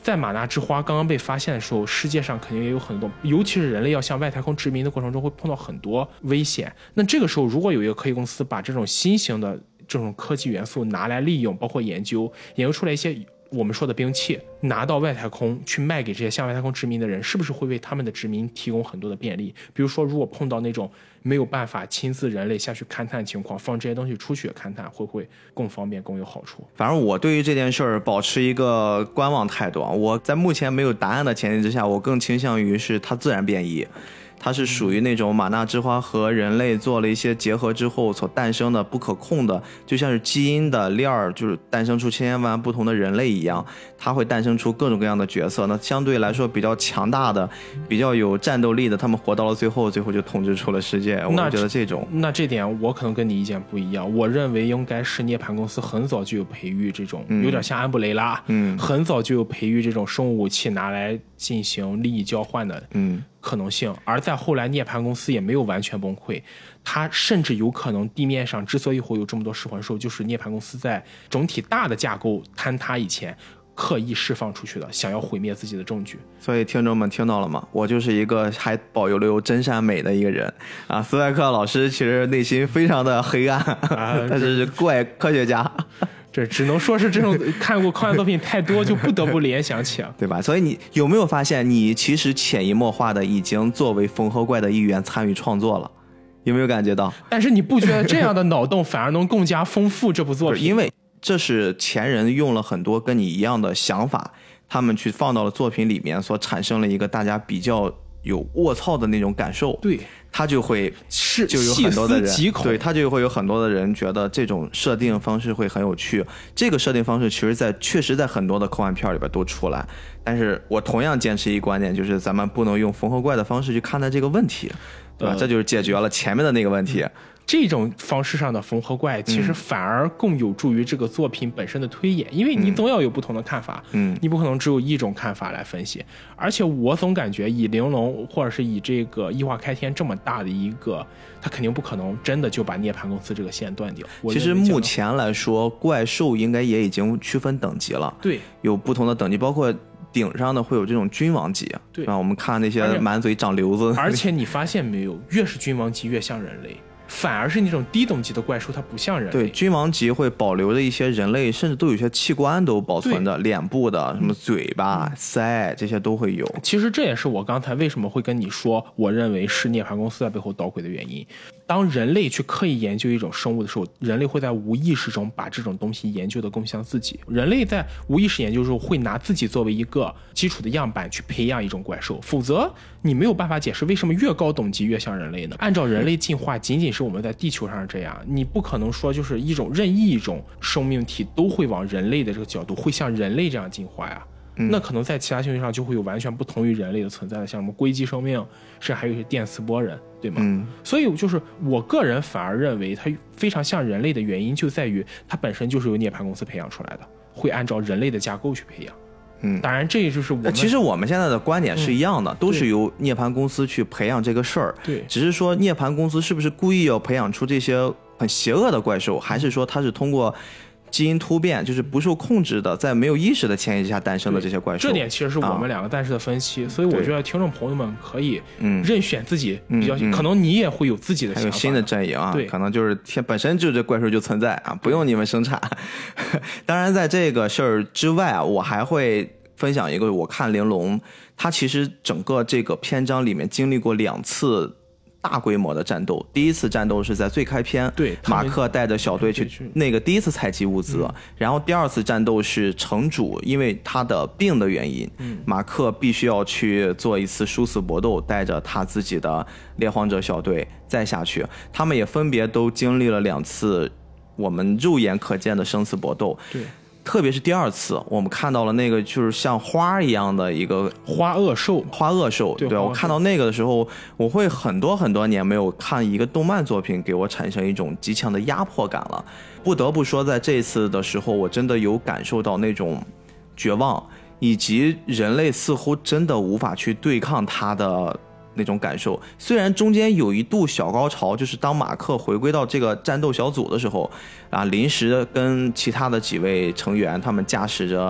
在玛纳之花刚刚被发现的时候，世界上肯定也有很多，尤其是人类要向外太空殖民的过程中会碰到很多危险。那这个时候如果有一个科技公司把这种新型的这种科技元素拿来利用，包括研究研究出来一些我们说的兵器，拿到外太空去卖给这些向外太空殖民的人，是不是会为他们的殖民提供很多的便利？比如说如果碰到那种没有办法亲自人类下去勘探情况，放这些东西出去勘探，会不会更方便更有好处？ 反正我对于这件事儿保持一个观望态度啊。我在目前没有答案的前提之下，我更倾向于是它自然变异，它是属于那种玛纳之花和人类做了一些结合之后所诞生的不可控的，就像是基因的链儿，就是诞生出千千万万不同的人类一样，它会诞生出各种各样的角色。那相对来说比较强大的、比较有战斗力的，他们活到了最后，最后就统治出了世界。我觉得这种， 那这点我可能跟你意见不一样。我认为应该是涅槃公司很早就有培育这种，嗯、有点像安布雷拉，嗯，很早就有培育这种生物武器拿来进行利益交换的，嗯。可能性，而在后来涅槃公司也没有完全崩溃，它甚至有可能地面上之所以会有这么多噬魂兽，就是涅槃公司在整体大的架构坍塌以前刻意释放出去的，想要毁灭自己的证据。 所以听众们听到了吗？我就是一个还保留了真善美的一个人啊。斯派克老师其实内心非常的黑暗，啊、他是怪科学家。 这只能说是这种看过科幻作品太多，就不得不联想起了， 对吧？所以你有没有发现，你其实潜移默化的已经作为缝合怪的一员参与创作了？有没有感觉到？ 但是你不觉得这样的脑洞反而能更加丰富这部作品？ 因为这是前人用了很多跟你一样的想法，他们去放到了作品里面，所产生了一个大家比较有卧槽的那种感受。 对。 他就会是就有很多的人， 对， 他就会有很多的人觉得这种设定方式会很有趣。这个设定方式其实在确实在很多的科幻片里边都出来，但是我同样坚持一个观点，就是咱们不能用缝合怪的方式去看待这个问题，对吧？呃、这就是解决了前面的那个问题。 这种方式上的缝合怪其实反而更有助于这个作品本身的推演，嗯、因为你总要有不同的看法，嗯，你不可能只有一种看法来分析。而且我总感觉以玲珑或者是以这个异化开天这么大的一个，他肯定不可能真的就把涅槃公司这个线断掉。 其实目前来说，怪兽应该也已经区分等级了， 对， 有不同的等级，包括顶上的会有这种君王级， 对啊，我们看那些满嘴长瘤子， 而且你发现没有，越是君王级越像人类。反而是那种低等级的怪兽，它不像人类。 对，君王级会保留的一些人类，甚至都有些器官都保存的，脸部的什么嘴巴、嗯、腮这些都会有。 其实这也是我刚才为什么会跟你说，我认为是涅槃公司在背后捣鬼的原因。当人类去刻意研究一种生物的时候，人类会在无意识中把这种东西研究得更像自己。人类在无意识研究的时候，会拿自己作为一个基础的样板去培养一种怪兽，否则你没有办法解释为什么越高等级越像人类呢？按照人类进化，仅仅是我们在地球上是这样，你不可能说就是一种任意一种生命体都会往人类的这个角度，会像人类这样进化呀。嗯、那可能在其他星球上就会有完全不同于人类的存在的，像什么硅基生命，甚至还有一些电磁波人，对吗？嗯、所以就是我个人反而认为它非常像人类的原因就在于它本身就是由涅槃公司培养出来的，会按照人类的架构去培养。嗯，当然这也就是我们其实我们现在的观点是一样的，嗯、都是由涅槃公司去培养这个事儿。 对， 只是说涅槃公司是不是故意要培养出这些很邪恶的怪兽，还是说它是通过基因突变，就是不受控制的，在没有意识的前提下诞生的这些怪兽？ 这点其实是我们两个暂时的分析，啊、所以我觉得听众朋友们可以任选自己比较，嗯、可能你也会有自己的想法， 还有新的阵营啊， 对， 可能就是天本身就这怪兽就存在啊，不用你们生产。当然，在这个事儿之外啊，我还会分享一个，我看玲珑，它其实整个这个篇章里面经历过两次大规模的战斗。第一次战斗是在最开篇， 对， 马克带着小队去那个第一次采集物资，嗯、然后第二次战斗是城主因为他的病的原因，嗯、马克必须要去做一次殊死搏斗，带着他自己的猎荒者小队再下去。他们也分别都经历了两次我们肉眼可见的生死搏斗。 对。 特别是第二次，我们看到了那个就是像花一样的一个花恶兽， 花恶兽。对，对我看到那个的时候，我会很多很多年没有看一个动漫作品给我产生一种极强的压迫感了。不得不说，在这次的时候，我真的有感受到那种绝望，以及人类似乎真的无法去对抗它的那种感受。虽然中间有一度小高潮，就是当马克回归到这个战斗小组的时候啊，临时跟其他的几位成员他们驾驶着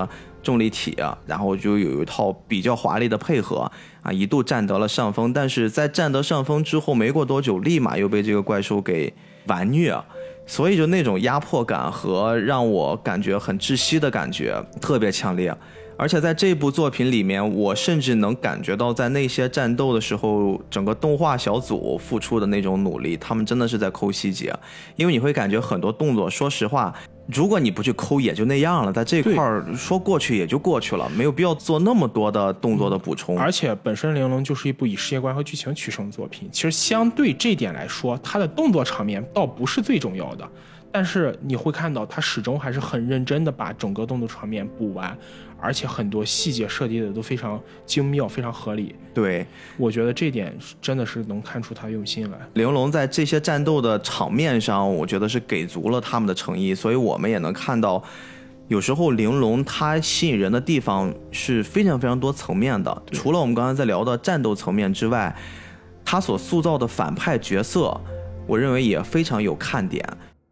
重力体，然后就有一套比较华丽的配合啊，一度占得了上风。但是在占得上风之后没过多久，立马又被这个怪兽给完虐，所以就那种压迫感和让我感觉很窒息的感觉特别强烈。而且在这部作品里面，我甚至能感觉到在那些战斗的时候，整个动画小组付出的那种努力，他们真的是在抠细节。因为你会感觉很多动作，说实话，如果你不去抠也就那样了，在这块儿说过去也就过去了，没有必要做那么多的动作的补充。 而且本身玲珑就是一部以世界观和剧情取胜的作品，其实相对这点来说，它的动作场面倒不是最重要的，但是你会看到它始终还是很认真的把整个动作场面补完，而且很多细节设计的都非常精妙，非常合理。 对， 我觉得这点真的是能看出他用心来。 玲珑在这些战斗的场面上，我觉得是给足了他们的诚意，所以我们也能看到有时候玲珑它吸引人的地方是非常非常多层面的。除了我们刚才在聊的战斗层面之外，它所塑造的反派角色我认为也非常有看点。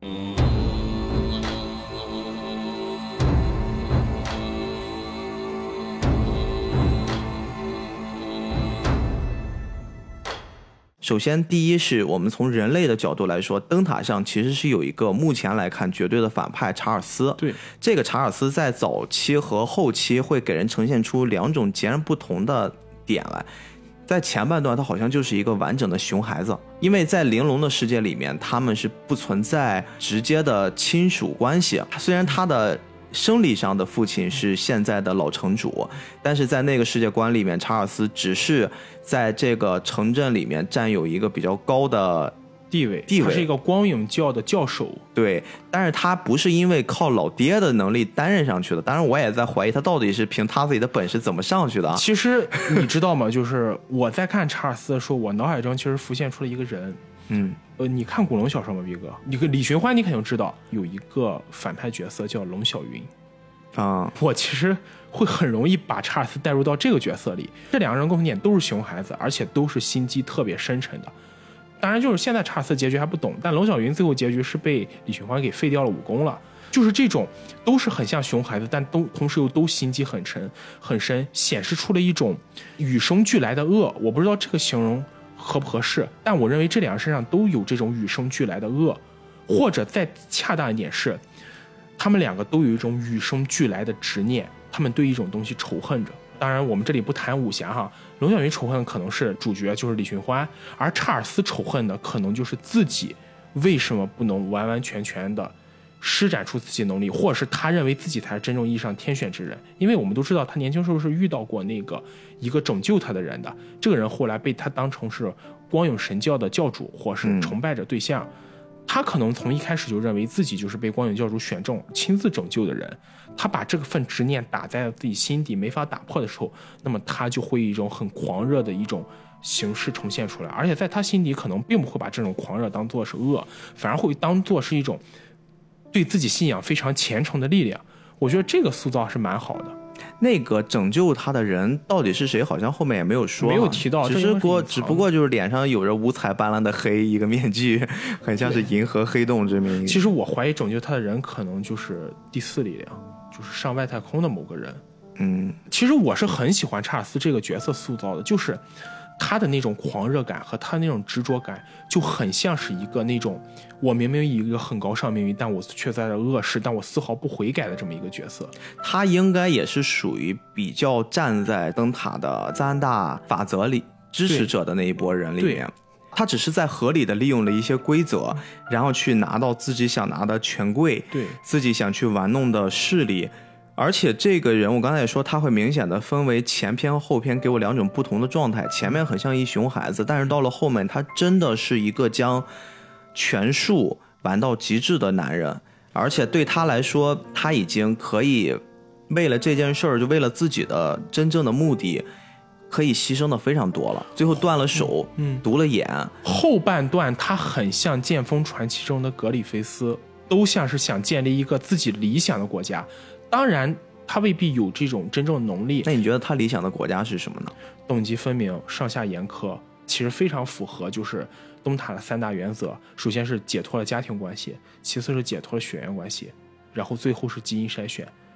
首先第一是我们从人类的角度来说，灯塔上其实是有一个目前来看绝对的反派查尔斯。 对， 这个查尔斯在早期和后期会给人呈现出两种截然不同的点来。在前半段他好像就是一个完整的熊孩子，因为在玲珑的世界里面他们是不存在直接的亲属关系，虽然他的生理上的父亲是现在的老城主，但是在那个世界观里面，查尔斯只是在这个城镇里面占有一个比较高的地位， 地位他是一个光影教的教首。 对，但是他不是因为靠老爹的能力担任上去的。当然，我也在怀疑他到底是凭他自己的本事怎么上去的。 其实你知道吗？就是我在看查尔斯的时候，我脑海中其实浮现出了一个人。 嗯， 呃，你看古龙小说吗，逼哥？你个李寻欢，你肯定知道有一个反派角色叫龙小云啊。 我其实会很容易把查尔斯带入到这个角色里。这两个人共同点都是熊孩子，而且都是心机特别深沉的。当然，就是现在查尔斯结局还不懂，但龙小云最后结局是被李寻欢给废掉了武功了。就是这种都是很像熊孩子，但都同时又都心机很沉很深，显示出了一种与生俱来的恶。我不知道这个形容合不合适，但我认为这两个身上都有这种与生俱来的恶，或者再恰当一点是，他们两个都有一种与生俱来的执念，他们对一种东西仇恨着。当然我们这里不谈武侠哈，龙小云仇恨可能是主角，就是李寻欢，而查尔斯仇恨的可能就是自己为什么不能完完全全的施展出自己能力，或者是他认为自己才是真正意义上天选之人。因为我们都知道他年轻时候是遇到过那个一个拯救他的人的，这个人后来被他当成是光影神教的教主或是崇拜者对象、嗯、他可能从一开始就认为自己就是被光影教主选中亲自拯救的人，他把这份执念打在了自己心底没法打破的时候，那么他就会以一种很狂热的一种形式呈现出来，而且在他心底可能并不会把这种狂热当作是恶，反而会当作是一种对自己信仰非常虔诚的力量。我觉得这个塑造是蛮好的。 那个拯救他的人到底是谁，好像后面也没有说， 没有提到， 只是过只不过就是脸上有着五彩斑斓的黑，一个面具，很像是银河黑洞这么一个。 其实我怀疑拯救他的人可能就是第四力量，就是上外太空的某个人。 嗯， 其实我是很喜欢查尔斯这个角色塑造的，就是他的那种狂热感和他那种执着感，就很像是一个那种我明明以一个很高尚命运，但我却在这恶事，但我丝毫不悔改的这么一个角色。 他应该也是属于比较站在灯塔的三大法则里支持者的那一波人里面，他只是在合理的利用了一些规则，然后去拿到自己想拿的权贵， 对自己想去玩弄的势力。而且这个人我刚才也说他会明显的分为前篇后篇，给我两种不同的状态。前面很像一熊孩子，但是到了后面他真的是一个将权术玩到极致的男人，而且对他来说他已经可以为了这件事儿，就为了自己的真正的目的可以牺牲的非常多了，最后断了手、嗯、毒了眼。 后半段他很像剑锋传奇中的格里菲斯，都像是想建立一个自己理想的国家，当然他未必有这种真正的能力。 那你觉得他理想的国家是什么呢？ 等级分明，上下严苛，其实非常符合就是东塔的三大原则。首先是解脱了家庭关系，其次是解脱了血缘关系，然后最后是基因筛选。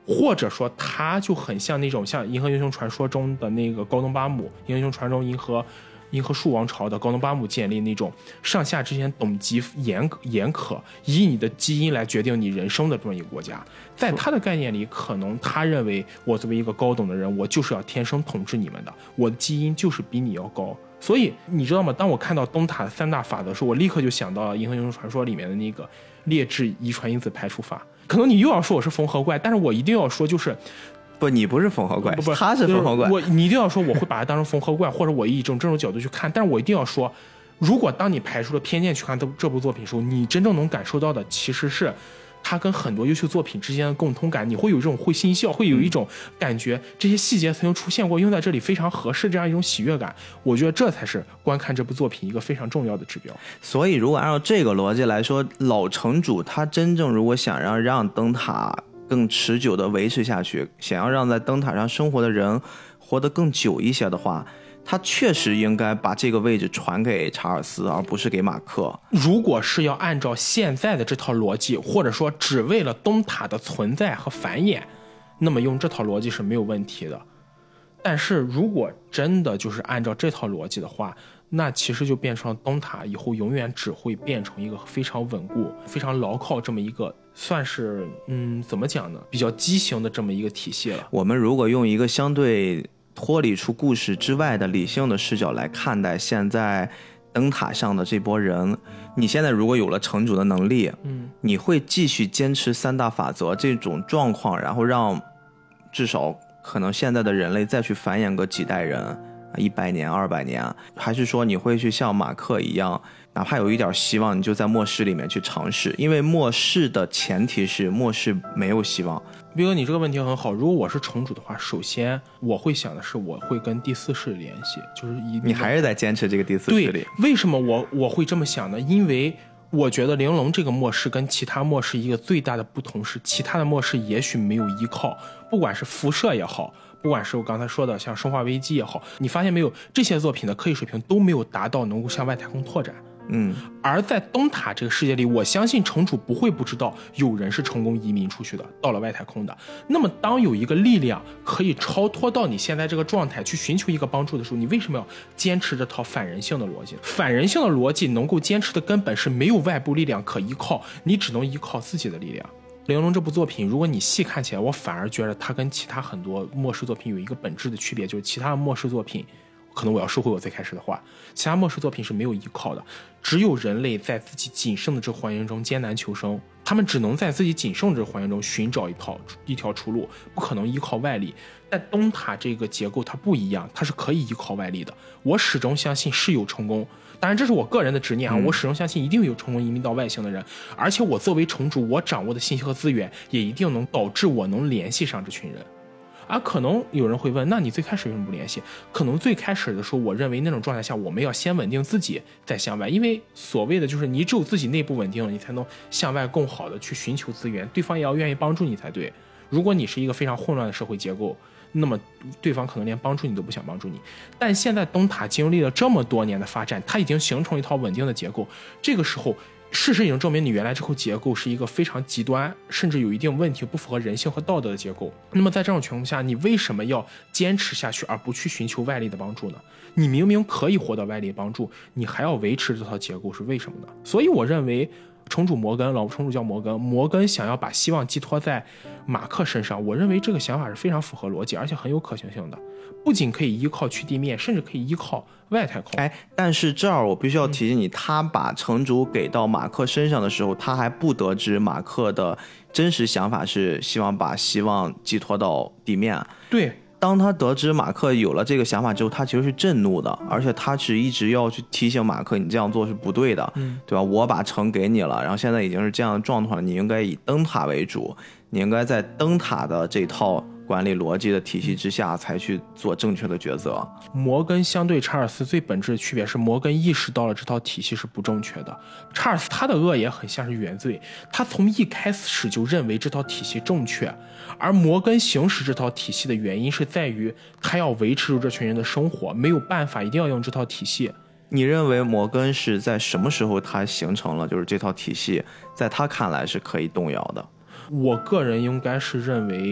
或者说他就很像那种像《银河英雄传说》中的那个高登巴姆，《银河英雄传说》中银河银河树王朝的高登巴姆建立那种上下之间等级严严苛，以你的基因来决定你人生的这么一个国家。在他的概念里，可能他认为我作为一个高等的人，我就是要天生统治你们的，我的基因就是比你要高。所以你知道吗？当我看到灯塔三大法则的时候，我立刻就想到了《银河英雄传说》里面的那个劣质遗传因子排除法。可能你又要说我是缝合怪，但是我一定要说就是不，你不是缝合怪， 不不， 他是缝合怪。 我你一定要说我会把它当成缝合怪，或者我以一种这种角度去看，但是我一定要说，如果当你排除了偏见去看这这部作品的时候，你真正能感受到的其实是它跟很多优秀作品之间的共通感，你会有这种会心笑，会有一种感觉，这些细节曾经出现过，用在这里非常合适，这样一种喜悦感。我觉得这才是观看这部作品一个非常重要的指标。 所以，如果按照这个逻辑来说，老城主他真正如果想让让灯塔更持久的维持下去，想要让在灯塔上生活的人活得更久一些的话，他确实应该把这个位置传给查尔斯，而不是给马克。 如果是要按照现在的这套逻辑，或者说只为了灯塔的存在和繁衍，那么用这套逻辑是没有问题的。但是如果真的就是按照这套逻辑的话，那其实就变成了灯塔以后永远只会变成一个非常稳固、非常牢靠这么一个算是嗯怎么讲呢，比较畸形的这么一个体系了。 我们如果用一个相对脱离出故事之外的理性的视角来看待现在灯塔上的这波人，你现在如果有了城主的能力， 嗯， 你会继续坚持三大法则这种状况，然后让至少可能现在的人类再去繁衍个几代人，一百年、二百年，还是说你会去像马克一样，哪怕有一点希望，你就在末世里面去尝试？因为末世的前提是末世没有希望。 斌哥，你这个问题很好。如果我是城主的话，首先我会想的是，我会跟第四世联系，就是以你还是在坚持这个第四世里。 对，为什么我我会这么想呢？因为我觉得玲珑这个末世跟其他末世一个最大的不同是，其他的末世也许没有依靠，不管是辐射也好，不管是我刚才说的像生化危机也好，你发现没有，这些作品的科技水平都没有达到能够向外太空拓展。 嗯， 而在灯塔这个世界里，我相信城主不会不知道有人是成功移民出去的，到了外太空的。那么当有一个力量可以超脱到你现在这个状态去寻求一个帮助的时候，你为什么要坚持这套反人性的逻辑？反人性的逻辑能够坚持的根本是没有外部力量可依靠，你只能依靠自己的力量。玲珑这部作品，如果你细看起来，我反而觉得它跟其他很多末世作品有一个本质的区别，就是其他的末世作品，可能我要收回我最开始的话，其他末世作品是没有依靠的，只有人类在自己仅剩的这个环境中艰难求生，他们只能在自己仅剩的这个环境中寻找一套一条出路，不可能依靠外力。但灯塔这个结构它不一样，它是可以依靠外力的。我始终相信是有成功，当然这是我个人的执念啊，我始终相信一定有成功移民到外星的人，而且我作为城主，我掌握的信息和资源也一定能导致我能联系上这群人。而可能有人会问，那你最开始为什么不联系？可能最开始的时候，我认为那种状态下，我们要先稳定自己，再向外。因为所谓的就是你只有自己内部稳定了，你才能向外更好的去寻求资源，对方也要愿意帮助你才对。如果你是一个非常混乱的社会结构，那么对方可能连帮助你都不想帮助你。但现在灯塔经历了这么多年的发展，它已经形成一套稳定的结构，这个时候事实已经证明你原来这套结构是一个非常极端甚至有一定问题不符合人性和道德的结构。那么在这种情况下，你为什么要坚持下去而不去寻求外力的帮助呢？你明明可以获得外力帮助，你还要维持这套结构，是为什么呢？所以我认为城主摩根，老城主叫摩根，摩根想要把希望寄托在马克身上，我认为这个想法是非常符合逻辑，而且很有可行性的。不仅可以依靠去地面，甚至可以依靠外太空。 哎，但是这儿我必须要提醒你，嗯、他把城主给到马克身上的时候，他还不得知马克的真实想法是希望把希望寄托到地面。 对。 当他得知马克有了这个想法之后，他其实是震怒的，而且他是一直要去提醒马克，你这样做是不对的， 嗯， 对吧？我把城给你了，然后现在已经是这样的状况了，你应该以灯塔为主，你应该在灯塔的这套管理逻辑的体系之下才去做正确的抉择。 摩根相对查尔斯最本质的区别是，摩根意识到了这套体系是不正确的。查尔斯他的恶也很像是原罪，他从一开始就认为这套体系正确，而摩根行使这套体系的原因是在于他要维持住这群人的生活，没有办法，一定要用这套体系。 你认为摩根是在什么时候他形成了就是这套体系在他看来是可以动摇的？ 我个人应该是认为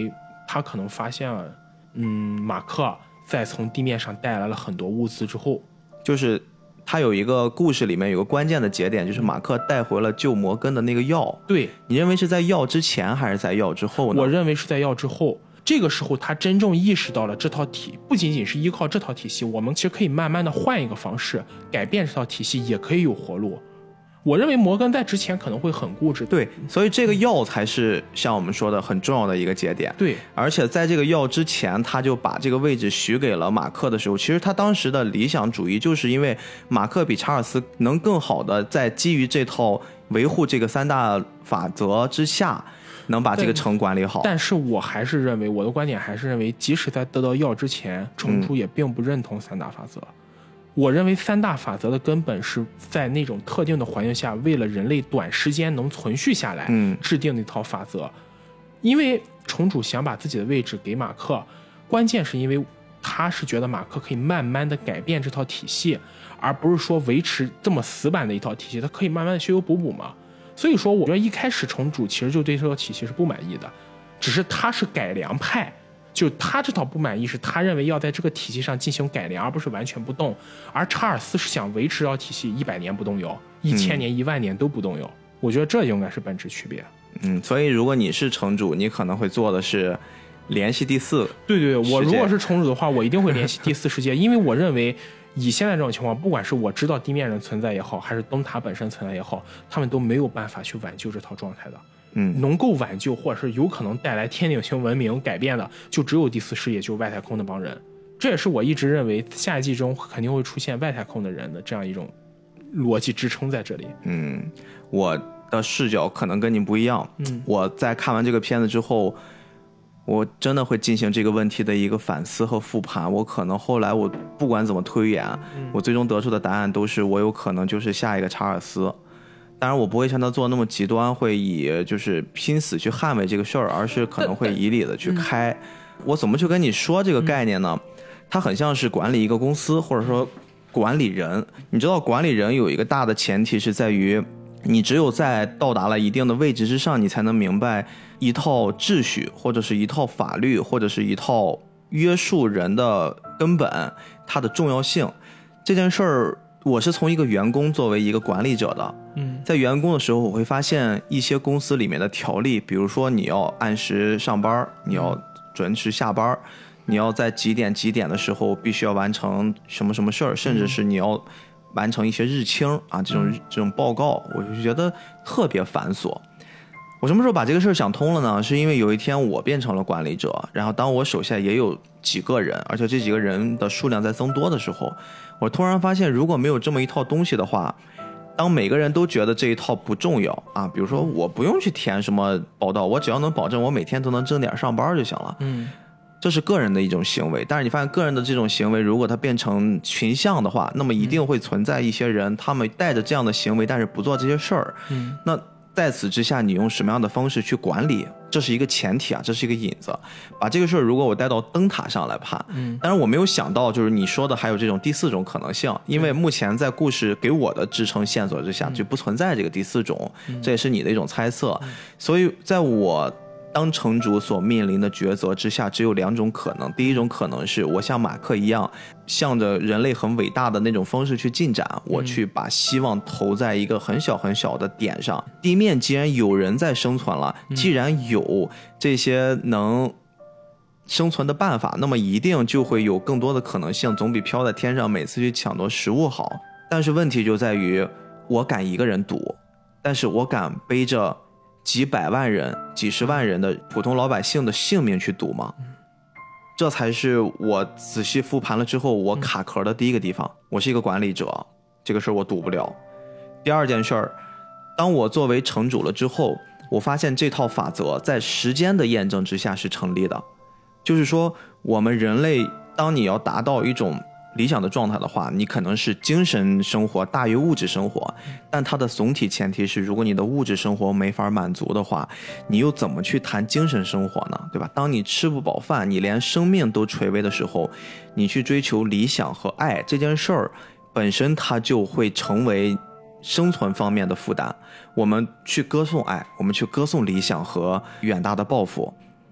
他可能发现了，嗯，马克在从地面上带来了很多物资之后， 就是他有一个故事里面有个关键的节点，就是马克带回了救摩根的那个药。 对， 你认为是在药之前还是在药之后呢？ 我认为是在药之后。这个时候他真正意识到了这套体不仅仅是依靠这套体系，我们其实可以慢慢的换一个方式改变这套体系，也可以有活路。我认为摩根在之前可能会很固执， 对，所以这个药才是像我们说的很重要的一个节点。 对， 而且在这个药之前，他就把这个位置许给了马克的时候，其实他当时的理想主义就是因为马克比查尔斯能更好的在基于这套维护这个三大法则之下，能把这个城管理好。 但是我还是认为，我的观点还是认为，即使在得到药之前，城主也并不认同三大法则。嗯，我认为三大法则的根本是在那种特定的环境下，为了人类短时间能存续下来， 嗯， 制定的一套法则。因为城主想把自己的位置给马克，关键是因为他是觉得马克可以慢慢的改变这套体系，而不是说维持这么死板的一套体系，他可以慢慢的修修补补嘛。所以说我觉得一开始城主其实就对这套体系是不满意的，只是他是改良派，就他这套不满意是他认为要在这个体系上进行改良，而不是完全不动。而查尔斯是想维持这套体系一百年不动摇，一千年、一万年都不动摇。我觉得这应该是本质区别。 嗯，所以如果你是城主，你可能会做的是联系第四。 对对对，我如果是城主的话，我一定会联系第四世界，因为我认为以现在这种情况，不管是我知道地面人存在也好，还是灯塔本身存在也好，他们都没有办法去挽救这套状态的。 嗯， 能够挽救或者是有可能带来天顶型文明改变的，就只有第四世界，就是外太空那帮人。这也是我一直认为下一季中肯定会出现外太空的人的这样一种逻辑支撑在这里。 嗯，我的视角可能跟你不一样。 嗯， 我在看完这个片子之后，我真的会进行这个问题的一个反思和复盘。我可能后来我不管怎么推演， 嗯， 我最终得出的答案都是我有可能就是下一个查尔斯。当然我不会像他做那么极端，会以就是拼死去捍卫这个事儿，而是可能会以理的去开。嗯，我怎么去跟你说这个概念呢？它很像是管理一个公司，或者说管理人。你知道管理人有一个大的前提是在于，你只有在到达了一定的位置之上，你才能明白一套秩序或者是一套法律或者是一套约束人的根本，它的重要性。这件事儿我是从一个员工作为一个管理者的， 嗯， 在员工的时候，我会发现一些公司里面的条例，比如说你要按时上班，你要准时下班，你要在几点几点的时候必须要完成什么什么事儿，甚至是你要完成一些日清啊这种这种报告，我就觉得特别繁琐。我什么时候把这个事儿想通了呢？是因为有一天我变成了管理者，然后当我手下也有几个人，而且这几个人的数量在增多的时候，我突然发现如果没有这么一套东西的话，当每个人都觉得这一套不重要啊，比如说我不用去填什么报道，我只要能保证我每天都能挣点上班就行了， 嗯， 这是个人的一种行为。但是你发现个人的这种行为如果它变成群像的话，那么一定会存在一些人，他们带着这样的行为但是不做这些事儿， 嗯， 那在此之下你用什么样的方式去管理，这是一个前提啊，这是一个引子。把这个事儿如果我带到灯塔上来判， 嗯， 当然我没有想到就是你说的还有这种第四种可能性，因为目前在故事给我的支撑线索之下就不存在这个第四种，这也是你的一种猜测。所以在我当城主所面临的抉择之下，只有两种可能。第一种可能是我像马克一样，向着人类很伟大的那种方式去进展，我去把希望投在一个很小很小的点上。地面既然有人在生存了，既然有这些能生存的办法，那么一定就会有更多的可能性，总比飘在天上每次去抢夺食物好。但是问题就在于，我敢一个人赌，但是我敢背着几百万人几十万人的普通老百姓的性命去赌吗？这才是我仔细复盘了之后我卡壳的第一个地方。我是一个管理者，这个事儿我赌不了。第二件事儿，当我作为城主了之后，我发现这套法则在时间的验证之下是成立的。就是说我们人类当你要达到一种理想的状态的话，你可能是精神生活大于物质生活，但它的总体前提是，如果你的物质生活没法满足的话，你又怎么去谈精神生活呢？对吧？当你吃不饱饭，你连生命都垂危的时候，你去追求理想和爱这件事儿本身，它就会成为生存方面的负担。我们去歌颂爱，我们去歌颂理想和远大的抱负，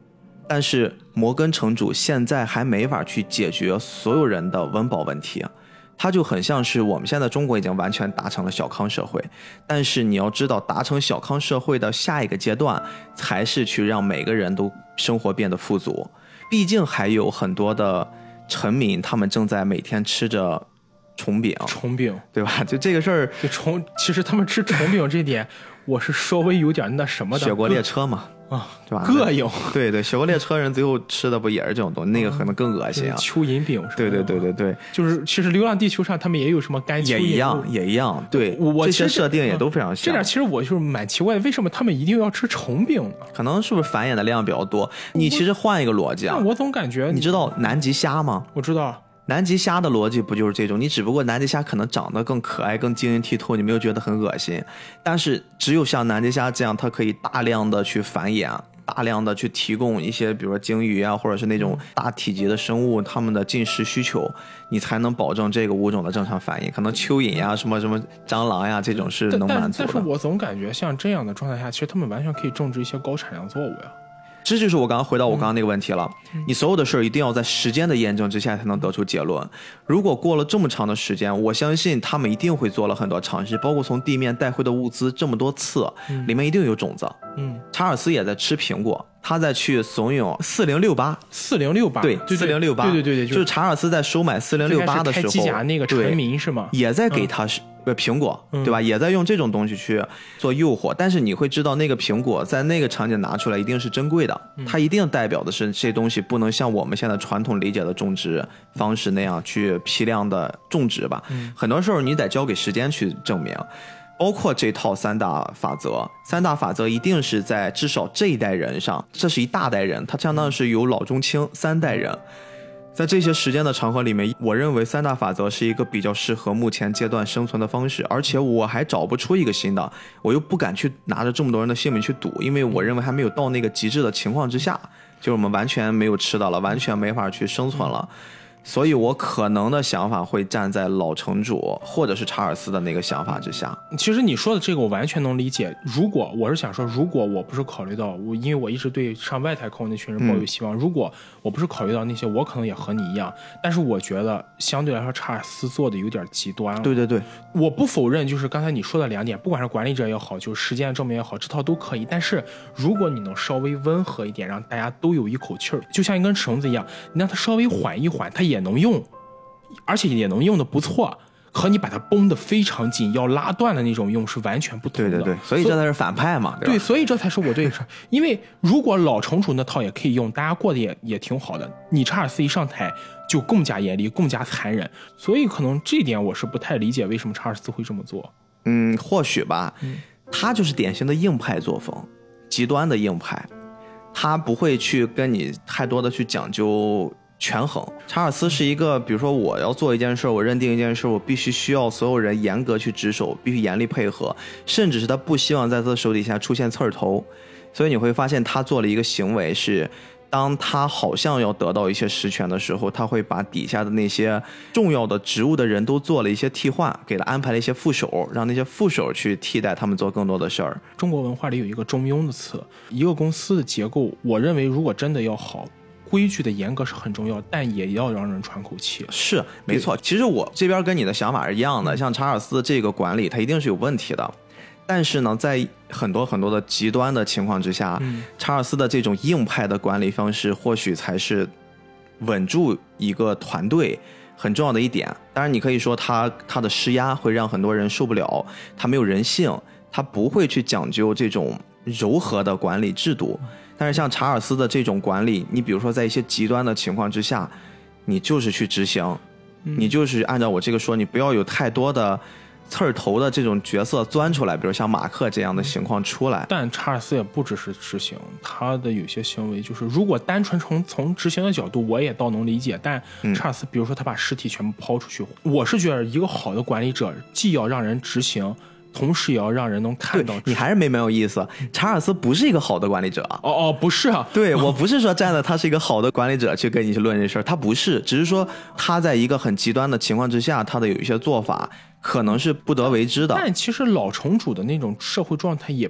但是摩根城主现在还没法去解决所有人的温饱问题，它就很像是我们现在中国已经完全达成了小康社会，但是你要知道，达成小康社会的下一个阶段才是去让每个人都生活变得富足。毕竟还有很多的臣民，他们正在每天吃着虫饼， 虫饼， 对吧？就这个事儿， 这虫其实他们吃虫饼这点，我是稍微有点那什么的。 雪国列车嘛。 啊， 对吧？ 膈应。 对对，雪国列车人最后吃的不也是这种东西？那个可能更恶心啊。 蚯蚓饼是吧？ 对对对对对， 就是其实《流浪地球》上他们也有什么干蚯蚓， 也一样也一样。对， 我这些设定也都非常像。 这点其实我就是蛮奇怪的，为什么他们一定要吃虫饼呢？ 可能是不是繁衍的量比较多？你其实换一个逻辑啊， 我总感觉你知道南极虾吗？ 我知道。 南极虾的逻辑不就是这种？你只不过南极虾可能长得更可爱、更晶莹剔透，你没有觉得很恶心。但是只有像南极虾这样，它可以大量的去繁衍，大量的去提供一些，比如说鲸鱼啊，或者是那种大体积的生物，它们的进食需求，你才能保证这个物种的正常繁衍。可能蚯蚓呀、什么什么蟑螂呀这种是能满足的。 但, 但是我总感觉像这样的状态下，其实他们完全可以种植一些高产量作物呀。 这就是我刚刚回到我刚刚那个问题了，嗯、你所有的事儿一定要在时间的验证之下才能得出结论。如果过了这么长的时间，我相信他们一定会做了很多尝试，包括从地面带回的物资这么多次，嗯、里面一定有种子。嗯，查尔斯也在吃苹果，他在去怂恿四零六八， 四零六八， 对，四零六八， 对对对对， 就是查尔斯在收买四零六八的时候， 开机甲那个臣民是吗？ 也在给他。嗯苹果对吧、嗯、也在用这种东西去做诱惑，但是你会知道那个苹果在那个场景拿出来一定是珍贵的、嗯、它一定代表的是这些东西不能像我们现在传统理解的种植方式那样去批量的种植吧、嗯、很多时候你得交给时间去证明。包括这套三大法则，三大法则一定是在至少这一代人上，这是一大代人，它相当于是有老中青三代人，在这些时间的长河里面，我认为三大法则是一个比较适合目前阶段生存的方式，而且我还找不出一个新的，我又不敢去拿着这么多人的性命去赌，因为我认为还没有到那个极致的情况之下，就是我们完全没有吃的了，完全没法去生存了。所以我可能的想法会站在老城主或者是查尔斯的那个想法之下。 其实你说的这个我完全能理解，如果我是想说，如果我不是考虑到我，因为我一直对上外太空那群人抱有希望、嗯、如果我不是考虑到那些，我可能也和你一样，但是我觉得相对来说查尔斯做的有点极端了。 对对对， 我不否认就是刚才你说的两点，不管是管理者也好，就是实践证明也好，这套都可以，但是如果你能稍微温和一点，让大家都有一口气儿，就像一根绳子一样，你让它稍微缓一缓，它也能用，而且也能用的不错，和你把它绷得非常紧要拉断的那种用是完全不同的。 对对对，所以这才是反派嘛，对吧？ 对，所以这才是我对，因为如果老城主那套也可以用，大家过得也也挺好的，你查尔斯一上台就更加严厉，更加残忍，所以可能这一点我是不太理解为什么查尔斯会这么做。 嗯，或许吧，嗯、他就是典型的硬派作风，极端的硬派，他不会去跟你太多的去讲究权衡。查尔斯是一个，比如说我要做一件事，我认定一件事，我必须需要所有人严格去值守，必须严厉配合，甚至是他不希望在他的手底下出现刺儿头。所以你会发现他做了一个行为是，当他好像要得到一些实权的时候，他会把底下的那些重要的职务的人都做了一些替换，给他安排了一些副手，让那些副手去替代他们做更多的事儿。 中国文化里有一个中庸的词，一个公司的结构，我认为如果真的要好，规矩的严格是很重要，但也要让人喘口气。 是，没错。其实我这边跟你的想法是一样的，像查尔斯这个管理，它一定是有问题的。但是呢，在很多很多的极端的情况之下、嗯、查尔斯的这种硬派的管理方式，或许才是稳住一个团队很重要的一点。当然，你可以说他他的施压会让很多人受不了，他没有人性，他不会去讲究这种柔和的管理制度。但是像查尔斯的这种管理，你比如说在一些极端的情况之下，你就是去执行、嗯、你就是按照我这个说，你不要有太多的刺儿头的这种角色钻出来，比如像马克这样的情况出来。 但查尔斯也不只是执行，他的有些行为就是如果单纯从从执行的角度我也倒能理解，但查尔斯比如说他把尸体全部抛出去、嗯、我是觉得一个好的管理者既要让人执行，同时也要让人能看到。 你还是没蛮有意思，查尔斯不是一个好的管理者。 哦哦，不是啊， 对，我不是说站在他是一个好的管理者去跟你去论这事儿，他不是，只是说他在一个很极端的情况之下，他的有一些做法可能是不得为之的。 但其实老城主的那种社会状态也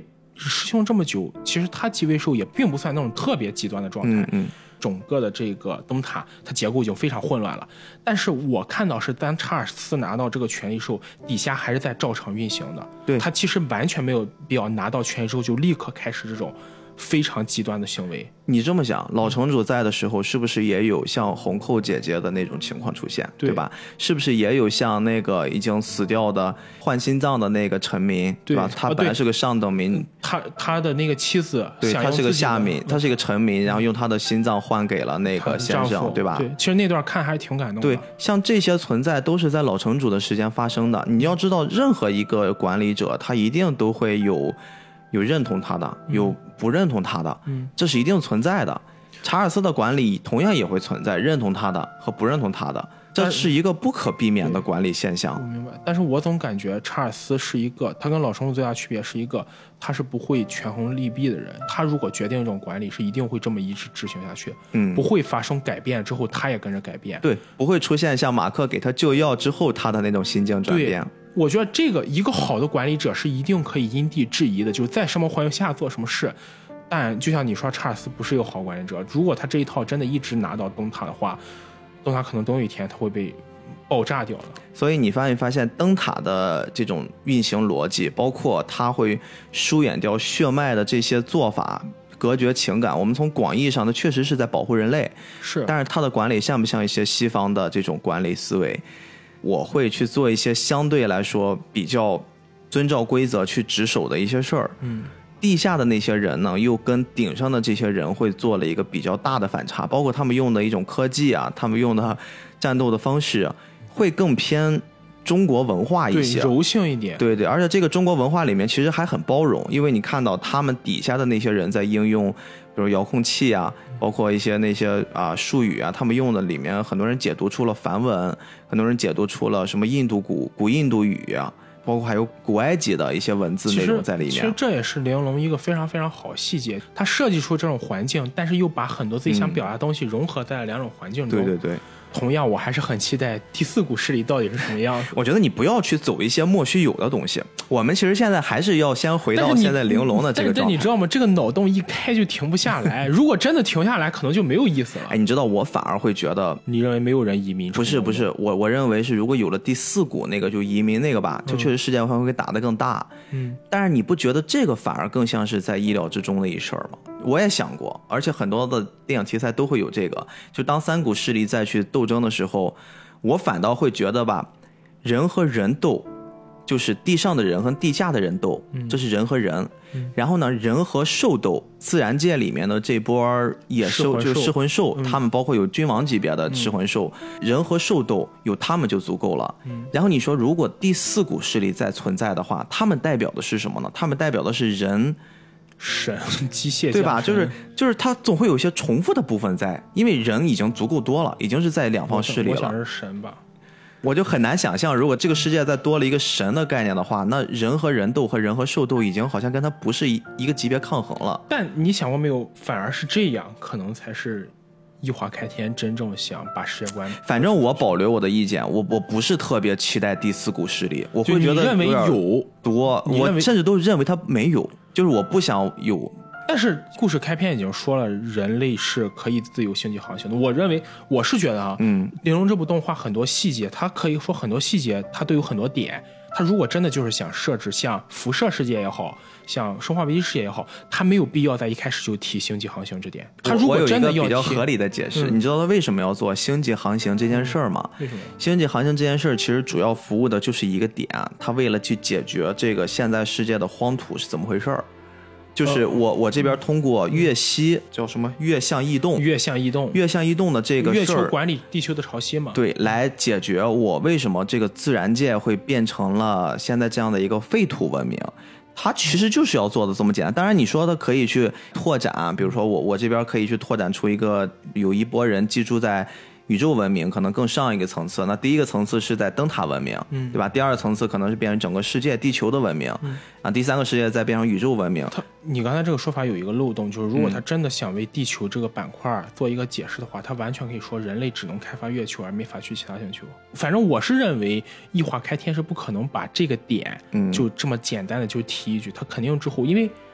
师兄这么久，其实他继位时候也并不算那种特别极端的状态。 嗯嗯， 整个的这个灯塔，它结构已经非常混乱了。但是我看到是当查尔斯拿到这个权力时候，底下还是在照常运行的。 对， 他其实完全没有必要拿到权力之后就立刻开始这种非常极端的行为。 你这么想，老城主在的时候，是不是也有像红扣姐姐的那种情况出现， 对, 对吧？是不是也有像那个已经死掉的换心脏的那个臣民，对吧？他本来是个上等民， 哦、他他的那个妻子， 对，他是个下民，他是一个臣民，然后用他的心脏换给了那个先生，对吧？ 对，其实那段看还挺感动的。 对，像这些存在都是在老城主的时间发生的。你要知道，任何一个管理者，他一定都会有。有认同他的，有不认同他的，嗯，这是一定存在的。查尔斯的管理同样也会存在认同他的和不认同他的，这是一个不可避免的管理现象。 我明白，但是我总感觉查尔斯是一个，他跟老城主最大区别是一个，他是不会权衡利弊的人。他如果决定一种管理，是一定会这么一直执行下去，嗯，不会发生改变之后他也跟着改变。 对，不会出现像马克给他救药之后他的那种心境转变。 我觉得这个一个好的管理者是一定可以因地制宜的，就是在什么环境下做什么事。但就像你说，查尔斯不是一个好管理者，如果他这一套真的一直拿到灯塔的话，灯塔可能总有一天他会被爆炸掉的。 所以你发现发现灯塔的这种运行逻辑，包括它会疏远掉血脉的这些做法，隔绝情感，我们从广义上它确实是在保护人类， 是， 但是它的管理像不像一些西方的这种管理思维？我会去做一些相对来说比较遵照规则去执守的一些事儿。嗯，地下的那些人呢，又跟顶上的这些人会做了一个比较大的反差，包括他们用的一种科技啊，他们用的战斗的方式会更偏中国文化一些， 对，柔性一点。 对对，而且这个中国文化里面其实还很包容，因为你看到他们底下的那些人在应用，比如遥控器啊，包括一些那些啊术语啊，他们用的里面很多人解读出了梵文，很多人解读出了什么印度古古印度语啊，包括还有古埃及的一些文字内容在里面。 其实这也是玲珑一个非常非常好细节，他设计出这种环境，但是又把很多自己想表达的东西融合在了两种环境中。 对对对。 同样我还是很期待第四股势力到底是什么样子。 我觉得你不要去走一些莫须有的东西，我们其实现在还是要先回到现在玲珑的这个状态。 但你知道吗，这个脑洞一开就停不下来，如果真的停下来可能就没有意思了。 哎，你知道我反而会觉得， 你认为没有人移民？ 不是不是，我我认为是如果有了第四股那个就移民那个吧，就确实世界观会打得更大。嗯，但是你不觉得这个反而更像是在意料之中的一事儿吗？我也想过，而且很多的电影题材都会有这个，就当三股势力再去斗争的时候，我反倒会觉得吧，人和人斗，就是地上的人和地下的人斗，这是人和人。嗯、然后呢，人和兽斗，自然界里面的这波野兽就是噬魂兽，嗯、他们包括有君王级别的噬魂兽，嗯、人和兽斗有他们就足够了。嗯、然后你说，如果第四股势力再存在的话，他们代表的是什么呢？他们代表的是人。 神机械对吧？就是就是它总会有一些重复的部分在，因为人已经足够多了，已经是在两方势力了。 我想是神吧， 我就很难想象，如果这个世界再多了一个神的概念的话，那人和人斗和人和兽斗已经好像跟它不是一一个级别抗衡了。 但你想过没有？反而是这样，可能才是一华开天真正想把世界观。 反正我保留我的意见，我我不是特别期待第四股势力，我会觉得认为有多，我甚至都认为它没有。就是我不想有， 但是故事开篇已经说了，人类是可以自由星际航行的。我认为，我是觉得啊，嗯，玲珑这部动画很多细节，它可以说很多细节，它都有很多点。它如果真的就是想设置像辐射世界也好，像生化危机世界也好，它没有必要在一开始就提星际航行这点。它如果真的要提， 我有一个比较合理的解释，嗯、你知道它为什么要做星际航行这件事儿吗？ 为什么？ 星际航行这件事儿其实主要服务的就是一个点，它为了去解决这个现在世界的荒土是怎么回事儿。就是我我这边通过月汐叫什么月相异动， 月相异动， 月相异动的这个事儿， 月球管理地球的潮汐嘛， 对，来解决我为什么这个自然界会变成了现在这样的一个废土文明。它其实就是要做的这么简单。当然你说它可以去拓展，比如说我我这边可以去拓展出一个有一波人居住在宇宙文明，可能更上一个层次。那第一个层次是在灯塔文明，嗯，对吧？第二个层次可能是变成整个世界地球的文明，嗯，啊，第三个世界再变成宇宙文明。 他，你刚才这个说法有一个漏洞，就是如果他真的想为地球这个板块做一个解释的话，他完全可以说人类只能开发月球，而没法去其他星球。反正我是认为异化开天是不可能把这个点就这么简单的就提一句，他肯定之后因为。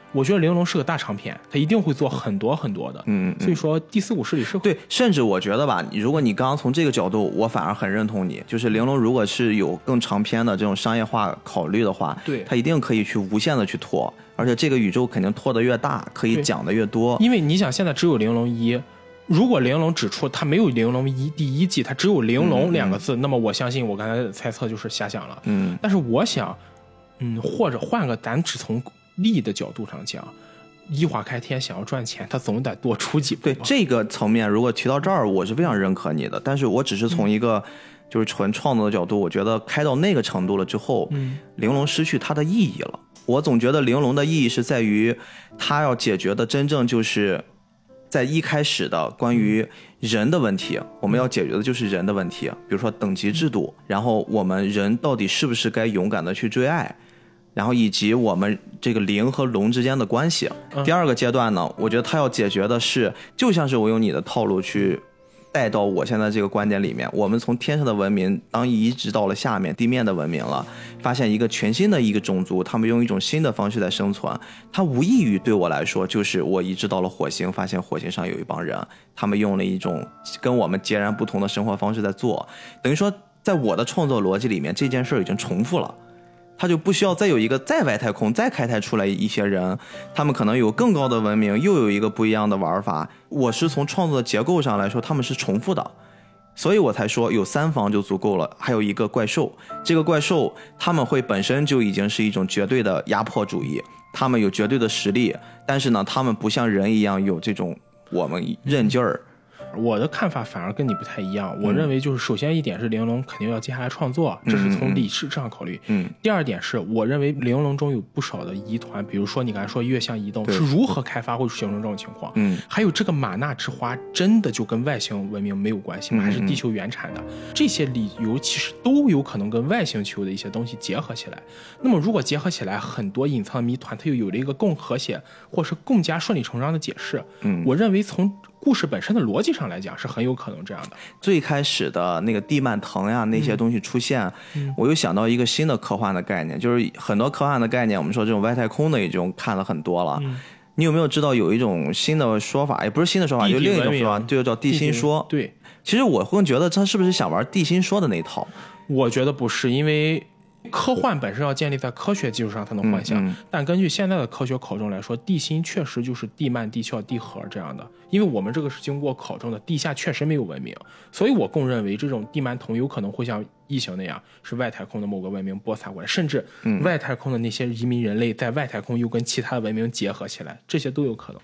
我觉得玲珑是个大长篇，它一定会做很多很多的。 嗯， 所以说第四股势力是对，甚至我觉得吧，如果你刚刚从这个角度，我反而很认同你，就是玲珑如果是有更长篇的这种商业化考虑的话， 对， 它一定可以去无限的去拖，而且这个宇宙肯定拖得越大，可以讲得越多。 因为你想，现在只有玲珑一。如果玲珑指出它没有玲珑一第一季，它只有玲珑两个字，嗯嗯，那么我相信我刚才猜测就是瞎想了。 嗯， 但是我想，嗯，或者换个咱只从利益的角度上讲，一花开天想要赚钱，他总得多出几部。 对这个层面，如果提到这儿，我是非常认可你的。但是我只是从一个就是纯创作的角度，我觉得开到那个程度了之后，嗯，玲珑失去它的意义了。我总觉得玲珑的意义是在于，它要解决的真正就是在一开始的关于人的问题，我们要解决的就是人的问题，比如说等级制度，然后我们人到底是不是该勇敢的去追爱，然后以及我们这个灵和龙之间的关系。第二个阶段呢，我觉得他要解决的是，就像是我用你的套路去带到我现在这个观点里面，我们从天上的文明当移植到了下面地面的文明了，发现一个全新的一个种族，他们用一种新的方式在生存。它无异于对我来说，就是我移植到了火星，发现火星上有一帮人，他们用了一种跟我们截然不同的生活方式在做，等于说在我的创作逻辑里面，这件事已经重复了。他就不需要再有一个在外太空再开采出来一些人，他们可能有更高的文明，又有一个不一样的玩法。我是从创作的结构上来说，他们是重复的，所以我才说有三方就足够了。还有一个怪兽，这个怪兽他们会本身就已经是一种绝对的压迫主义，他们有绝对的实力，但是呢，他们不像人一样有这种我们韧劲儿。 我的看法反而跟你不太一样，我认为就是首先一点是玲珑肯定要接下来创作，这是从理智上考虑。 嗯， 第二点是我认为玲珑中有不少的疑团，比如说你刚才说月相移动是如何开发会形成这种情况。 嗯， 还有这个玛纳之花真的就跟外星文明没有关系吗？还是地球原产的？这些理由其实都有可能跟外星球的一些东西结合起来。那么如果结合起来，很多隐藏的谜团它又有了一个更和谐或是更加顺理成章的解释。 嗯， 我认为从故事本身的逻辑上来讲是很有可能这样的。 最开始的那个地幔藤呀那些东西出现、嗯、我又想到一个新的科幻的概念，就是很多科幻的概念我们说这种外太空的一种看了很多了、嗯、你有没有知道有一种新的说法，也不是新的说法，就另一种说法，就叫地心说。 对， 其实我会觉得他是不是想玩地心说的那套？ 我觉得不是，因为科幻本身要建立在科学基础上才能幻想、嗯嗯、但根据现在的科学考证来说，地心确实就是地幔地壳地核这样的，因为我们这个是经过考证的，地下确实没有文明，所以我更认为这种地幔藤有可能会像异形那样是外太空的某个文明播撒过来，甚至外太空的那些移民人类在外太空又跟其他的文明结合起来，这些都有可能。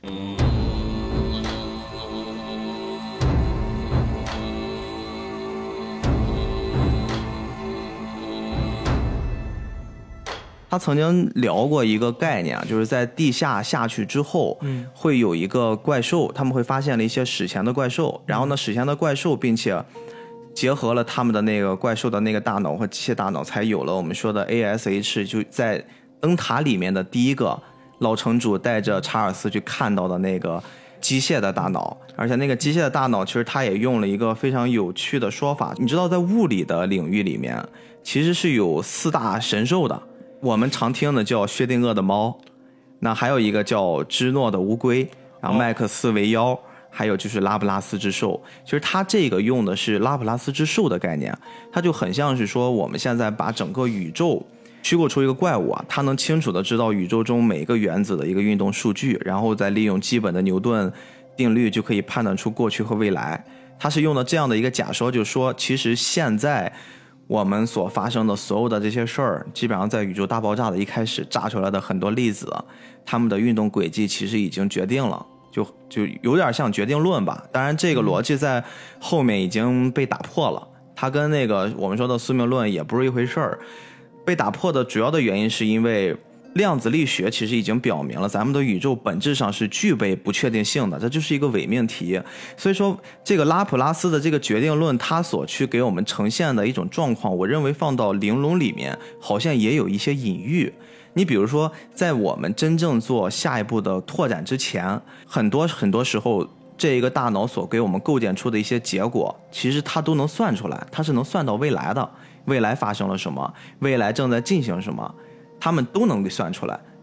他曾经聊过一个概念，就是在地下下去之后、嗯、会有一个怪兽，他们会发现了一些史前的怪兽，然后呢史前的怪兽并且结合了他们的那个怪兽的那个大脑和机械大脑，才有了我们说的 A S H， 就在灯塔里面的第一个老城主带着查尔斯去看到的那个机械的大脑。而且那个机械的大脑其实他也用了一个非常有趣的说法，你知道在物理的领域里面其实是有四大神兽的，我们常听的叫薛定谔的猫，那还有一个叫芝诺的乌龟，然后麦克斯为妖，还有就是拉普拉斯之兽。其实它这个用的是拉普拉斯之兽的概念，它就很像是说我们现在把整个宇宙虚构出一个怪物啊，它能清楚的知道宇宙中每个原子的一个运动数据，然后再利用基本的牛顿定律就可以判断出过去和未来。它是用的这样的一个假说，就是说其实现在我们所发生的所有的这些事儿，基本上在宇宙大爆炸的一开始炸出来的很多粒子，它们的运动轨迹其实已经决定了，就就有点像决定论吧。当然这个逻辑在后面已经被打破了，它跟那个我们说的宿命论也不是一回事儿。被打破的主要的原因是因为量子力学其实已经表明了咱们的宇宙本质上是具备不确定性的，这就是一个伪命题。所以说这个拉普拉斯的这个决定论，它所去给我们呈现的一种状况，我认为放到玲珑里面好像也有一些隐喻。你比如说在我们真正做下一步的拓展之前，很多很多时候这一个大脑所给我们构建出的一些结果，其实它都能算出来，它是能算到未来的，未来发生了什么，未来正在进行什么，他们都能给算出来。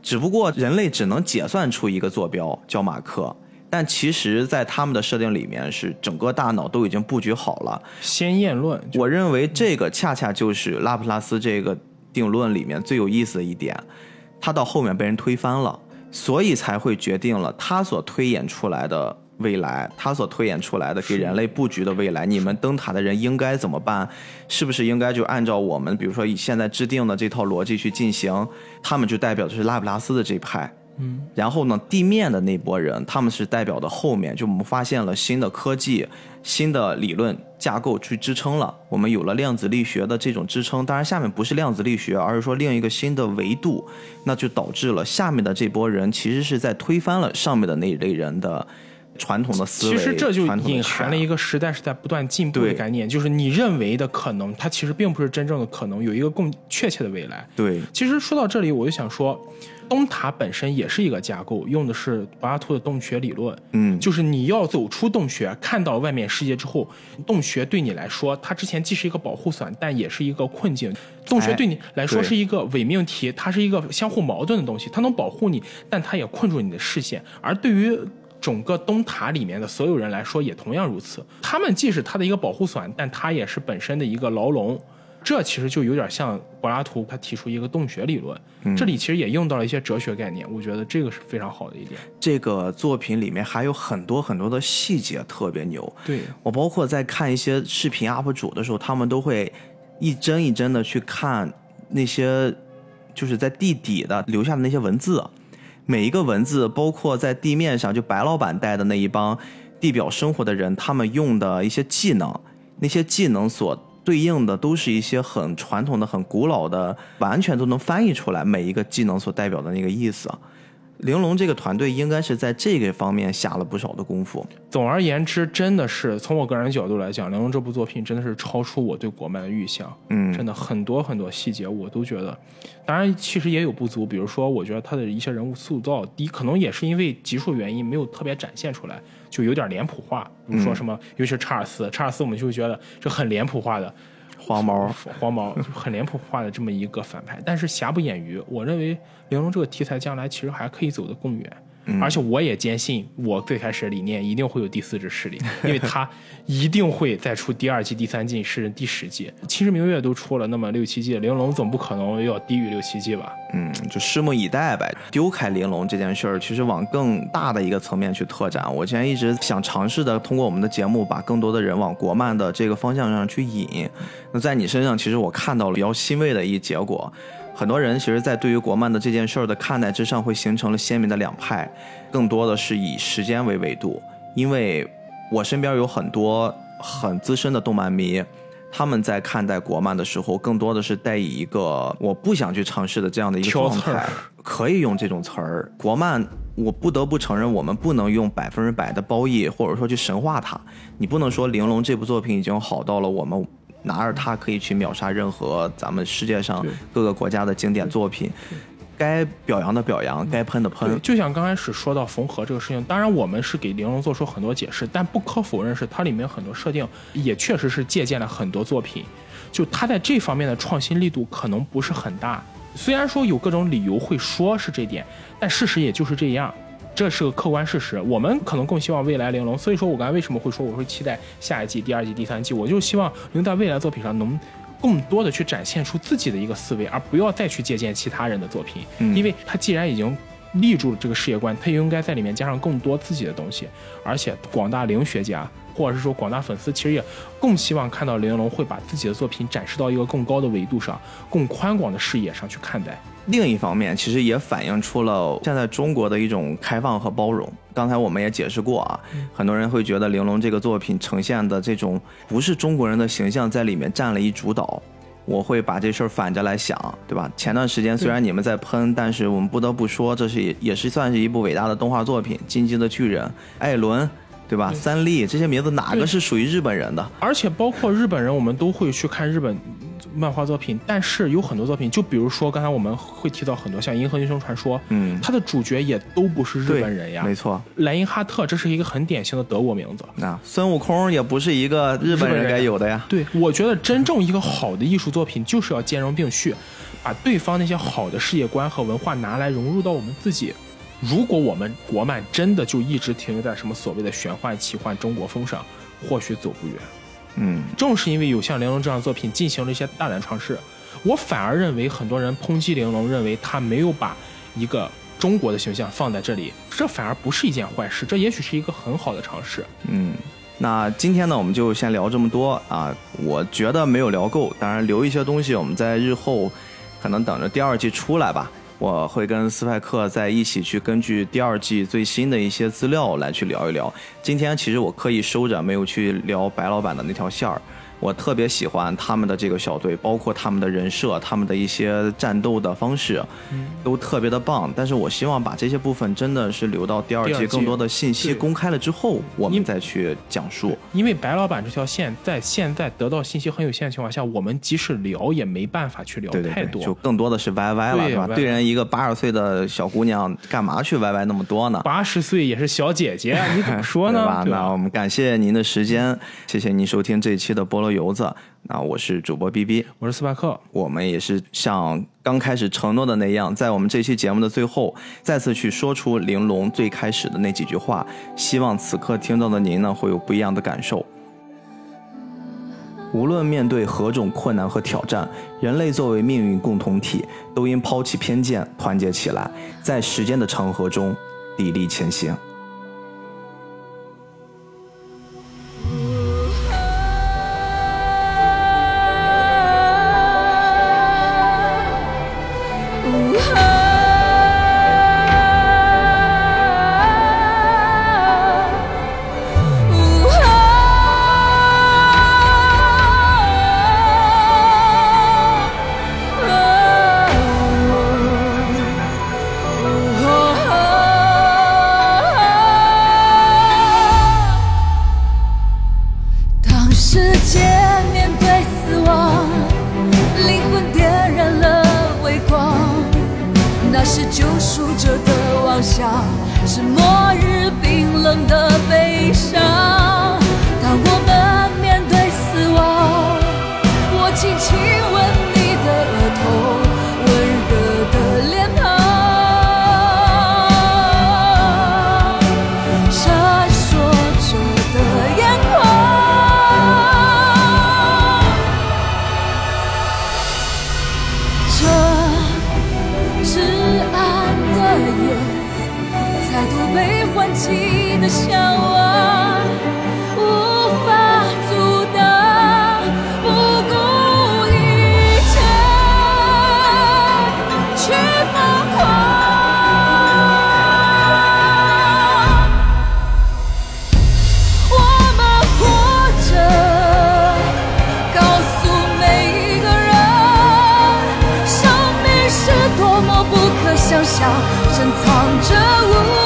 只不过人类只能解算出一个坐标叫马克，但其实在他们的设定里面是整个大脑都已经布局好了先验论。 我认为这个恰恰就是拉普拉斯这个定论里面最有意思的一点，他到后面被人推翻了，所以才会决定了他所推演出来的未来，他所推演出来的给人类布局的未来，你们登塔的人应该怎么办，是不是应该就按照我们比如说以现在制定的这套逻辑去进行，他们就代表的是拉普拉斯的这派。嗯，然后呢，地面的那波人，他们是代表的后面，就我们发现了新的科技、新的理论架构去支撑了，我们有了量子力学的这种支撑。当然，下面不是量子力学，而是说另一个新的维度，那就导致了下面的这波人其实是在推翻了上面的那一类人的传统的思维。 其实这就隐含了一个时代是在不断进步的概念，就是你认为的可能，它其实并不是真正的可能，有一个更确切的未来。 对， 其实说到这里，我就想说。东塔本身也是一个架构，用的是柏拉图的洞穴理论。嗯，就是你要走出洞穴，看到外面世界之后，洞穴对你来说，它之前既是一个保护伞，但也是一个困境。洞穴对你来说是一个伪命题，它是一个相互矛盾的东西，它能保护你，但它也困住你的视线。而对于整个东塔里面的所有人来说，也同样如此。他们既是它的一个保护伞，但它也是本身的一个牢笼。这其实就有点像柏拉图他提出一个洞穴理论、嗯、这里其实也用到了一些哲学概念，我觉得这个是非常好的一点。 这个作品里面还有很多很多的细节特别牛， 对， 我包括在看一些视频 U P 主的时候，他们都会一帧一帧的去看那些就是在地底的留下的那些文字，每一个文字包括在地面上就白老板带的那一帮地表生活的人，他们用的一些技能，那些技能所对应的都是一些很传统的很古老的，完全都能翻译出来每一个技能所代表的那个意思。玲珑这个团队应该是在这个方面下了不少的功夫。 总而言之，真的是从我个人角度来讲，玲珑这部作品真的是超出我对国漫的预想。嗯，真的很多很多细节我都觉得，当然其实也有不足，比如说我觉得他的一些人物塑造，第一可能也是因为集数原因没有特别展现出来，就有点脸谱化。比如说什么，嗯、尤其是查尔斯，查尔斯我们就会觉得这很脸谱化的。 黄毛黄毛很脸谱化的这么一个反派，但是瑕不掩瑜，我认为玲珑这个题材将来其实还可以走得更远。嗯、而且我也坚信我最开始的理念一定会有第四只势力，因为它一定会再出第二季、第三季甚至第十季。七十明月都出了那么六七季，玲珑总不可能要低于六七季吧？ 嗯，就拭目以待呗。丢开玲珑这件事儿，其实往更大的一个层面去拓展。我之前一直想尝试的，通过我们的节目，把更多的人往国漫的这个方向上去引。那在你身上，其实我看到了比较欣慰的一结果。很多人其实在对于国漫的这件事儿的看待之上会形成了鲜明的两派，更多的是以时间为维度。因为我身边有很多很资深的动漫迷，他们在看待国漫的时候更多的是带以一个我不想去尝试的这样的一个状态，可以用这种词儿。国漫我不得不承认，我们不能用百分之百的褒义或者说去神化它。你不能说玲珑这部作品已经好到了我们拿着它可以去秒杀任何咱们世界上各个国家的经典作品，该表扬的表扬，该喷的喷。 就像刚开始说到缝合这个事情，当然我们是给玲珑做出很多解释，但不可否认是它里面很多设定也确实是借鉴了很多作品，就它在这方面的创新力度可能不是很大。虽然说有各种理由会说是这点，但事实也就是这样。这是个客观事实，我们可能更希望未来玲珑，所以说我刚才为什么会说我会期待下一季、第二季、第三季，我就希望能在未来作品上能更多的去展现出自己的一个思维，而不要再去借鉴其他人的作品、嗯、因为他既然已经立住了这个世界观，他也应该在里面加上更多自己的东西。而且广大玲学家或者是说广大粉丝其实也更希望看到玲珑会把自己的作品展示到一个更高的维度上，更宽广的视野上去看待。 另一方面其实也反映出了现在中国的一种开放和包容。刚才我们也解释过啊，很多人会觉得玲珑这个作品呈现的这种不是中国人的形象在里面占了一主导，我会把这事儿反着来想，对吧？前段时间虽然你们在喷，但是我们不得不说这是也是算是一部伟大的动画作品，进击的巨人、艾伦，对吧？三笠这些名字哪个是属于日本人的？ 而且包括日本人，我们都会去看日本漫画作品，但是有很多作品，就比如说刚才我们会提到很多像《银河英雄传说》，嗯，它的主角也都不是日本人呀， 没错。 莱因哈特这是一个很典型的德国名字， 那孙悟空也不是一个日本人该有的呀。 对，我觉得真正一个好的艺术作品就是要兼容并蓄， 把对方那些好的世界观和文化拿来融入到我们自己。如果我们国漫真的就一直停留在什么所谓的玄幻奇幻中国风上，或许走不远。 嗯， 正是因为有像玲珑这样的作品进行了一些大胆尝试，我反而认为很多人抨击玲珑，认为他没有把一个中国的形象放在这里，这反而不是一件坏事，这也许是一个很好的尝试。 嗯，那今天呢我们就先聊这么多啊，我觉得没有聊够，当然留一些东西我们在日后可能等着第二季出来吧，我会跟斯派克在一起去根据第二季最新的一些资料来去聊一聊。今天其实我刻意收着没有去聊白老板的那条线儿，我特别喜欢他们的这个小队，包括他们的人设，他们的一些战斗的方式都特别的棒，但是我希望把这些部分真的是留到第二季更多的信息公开了之后我们再去讲述。 因为白老板这条线在现在得到信息很有限的情况下，我们即使聊也没办法去聊太多， 对对对，就更多的是歪歪了，是吧？对人一个八十岁的小姑娘干嘛去歪歪那么多呢？ 八十岁也是小姐姐，你怎么说呢？ 对吧？那我们感谢您的时间，谢谢您收听这一期的菠萝油子。那我是主播 B B， 我是斯派克。 我们也是像刚开始承诺的那样，在我们这期节目的最后再次去说出玲珑最开始的那几句话，希望此刻听到的您呢会有不一样的感受。无论面对何种困难和挑战，人类作为命运共同体，都应抛弃偏见，团结起来，在时间的长河中砥砺前行。 是末日冰冷的悲伤。当我们面对死亡，我轻轻吻你的额头，温热的脸庞，闪烁着的眼眶，这至暗的夜，再度被唤起的向往，无法阻挡，不顾一切去疯狂。我们活着，告诉每一个人，生命是多么不可想象，深藏着无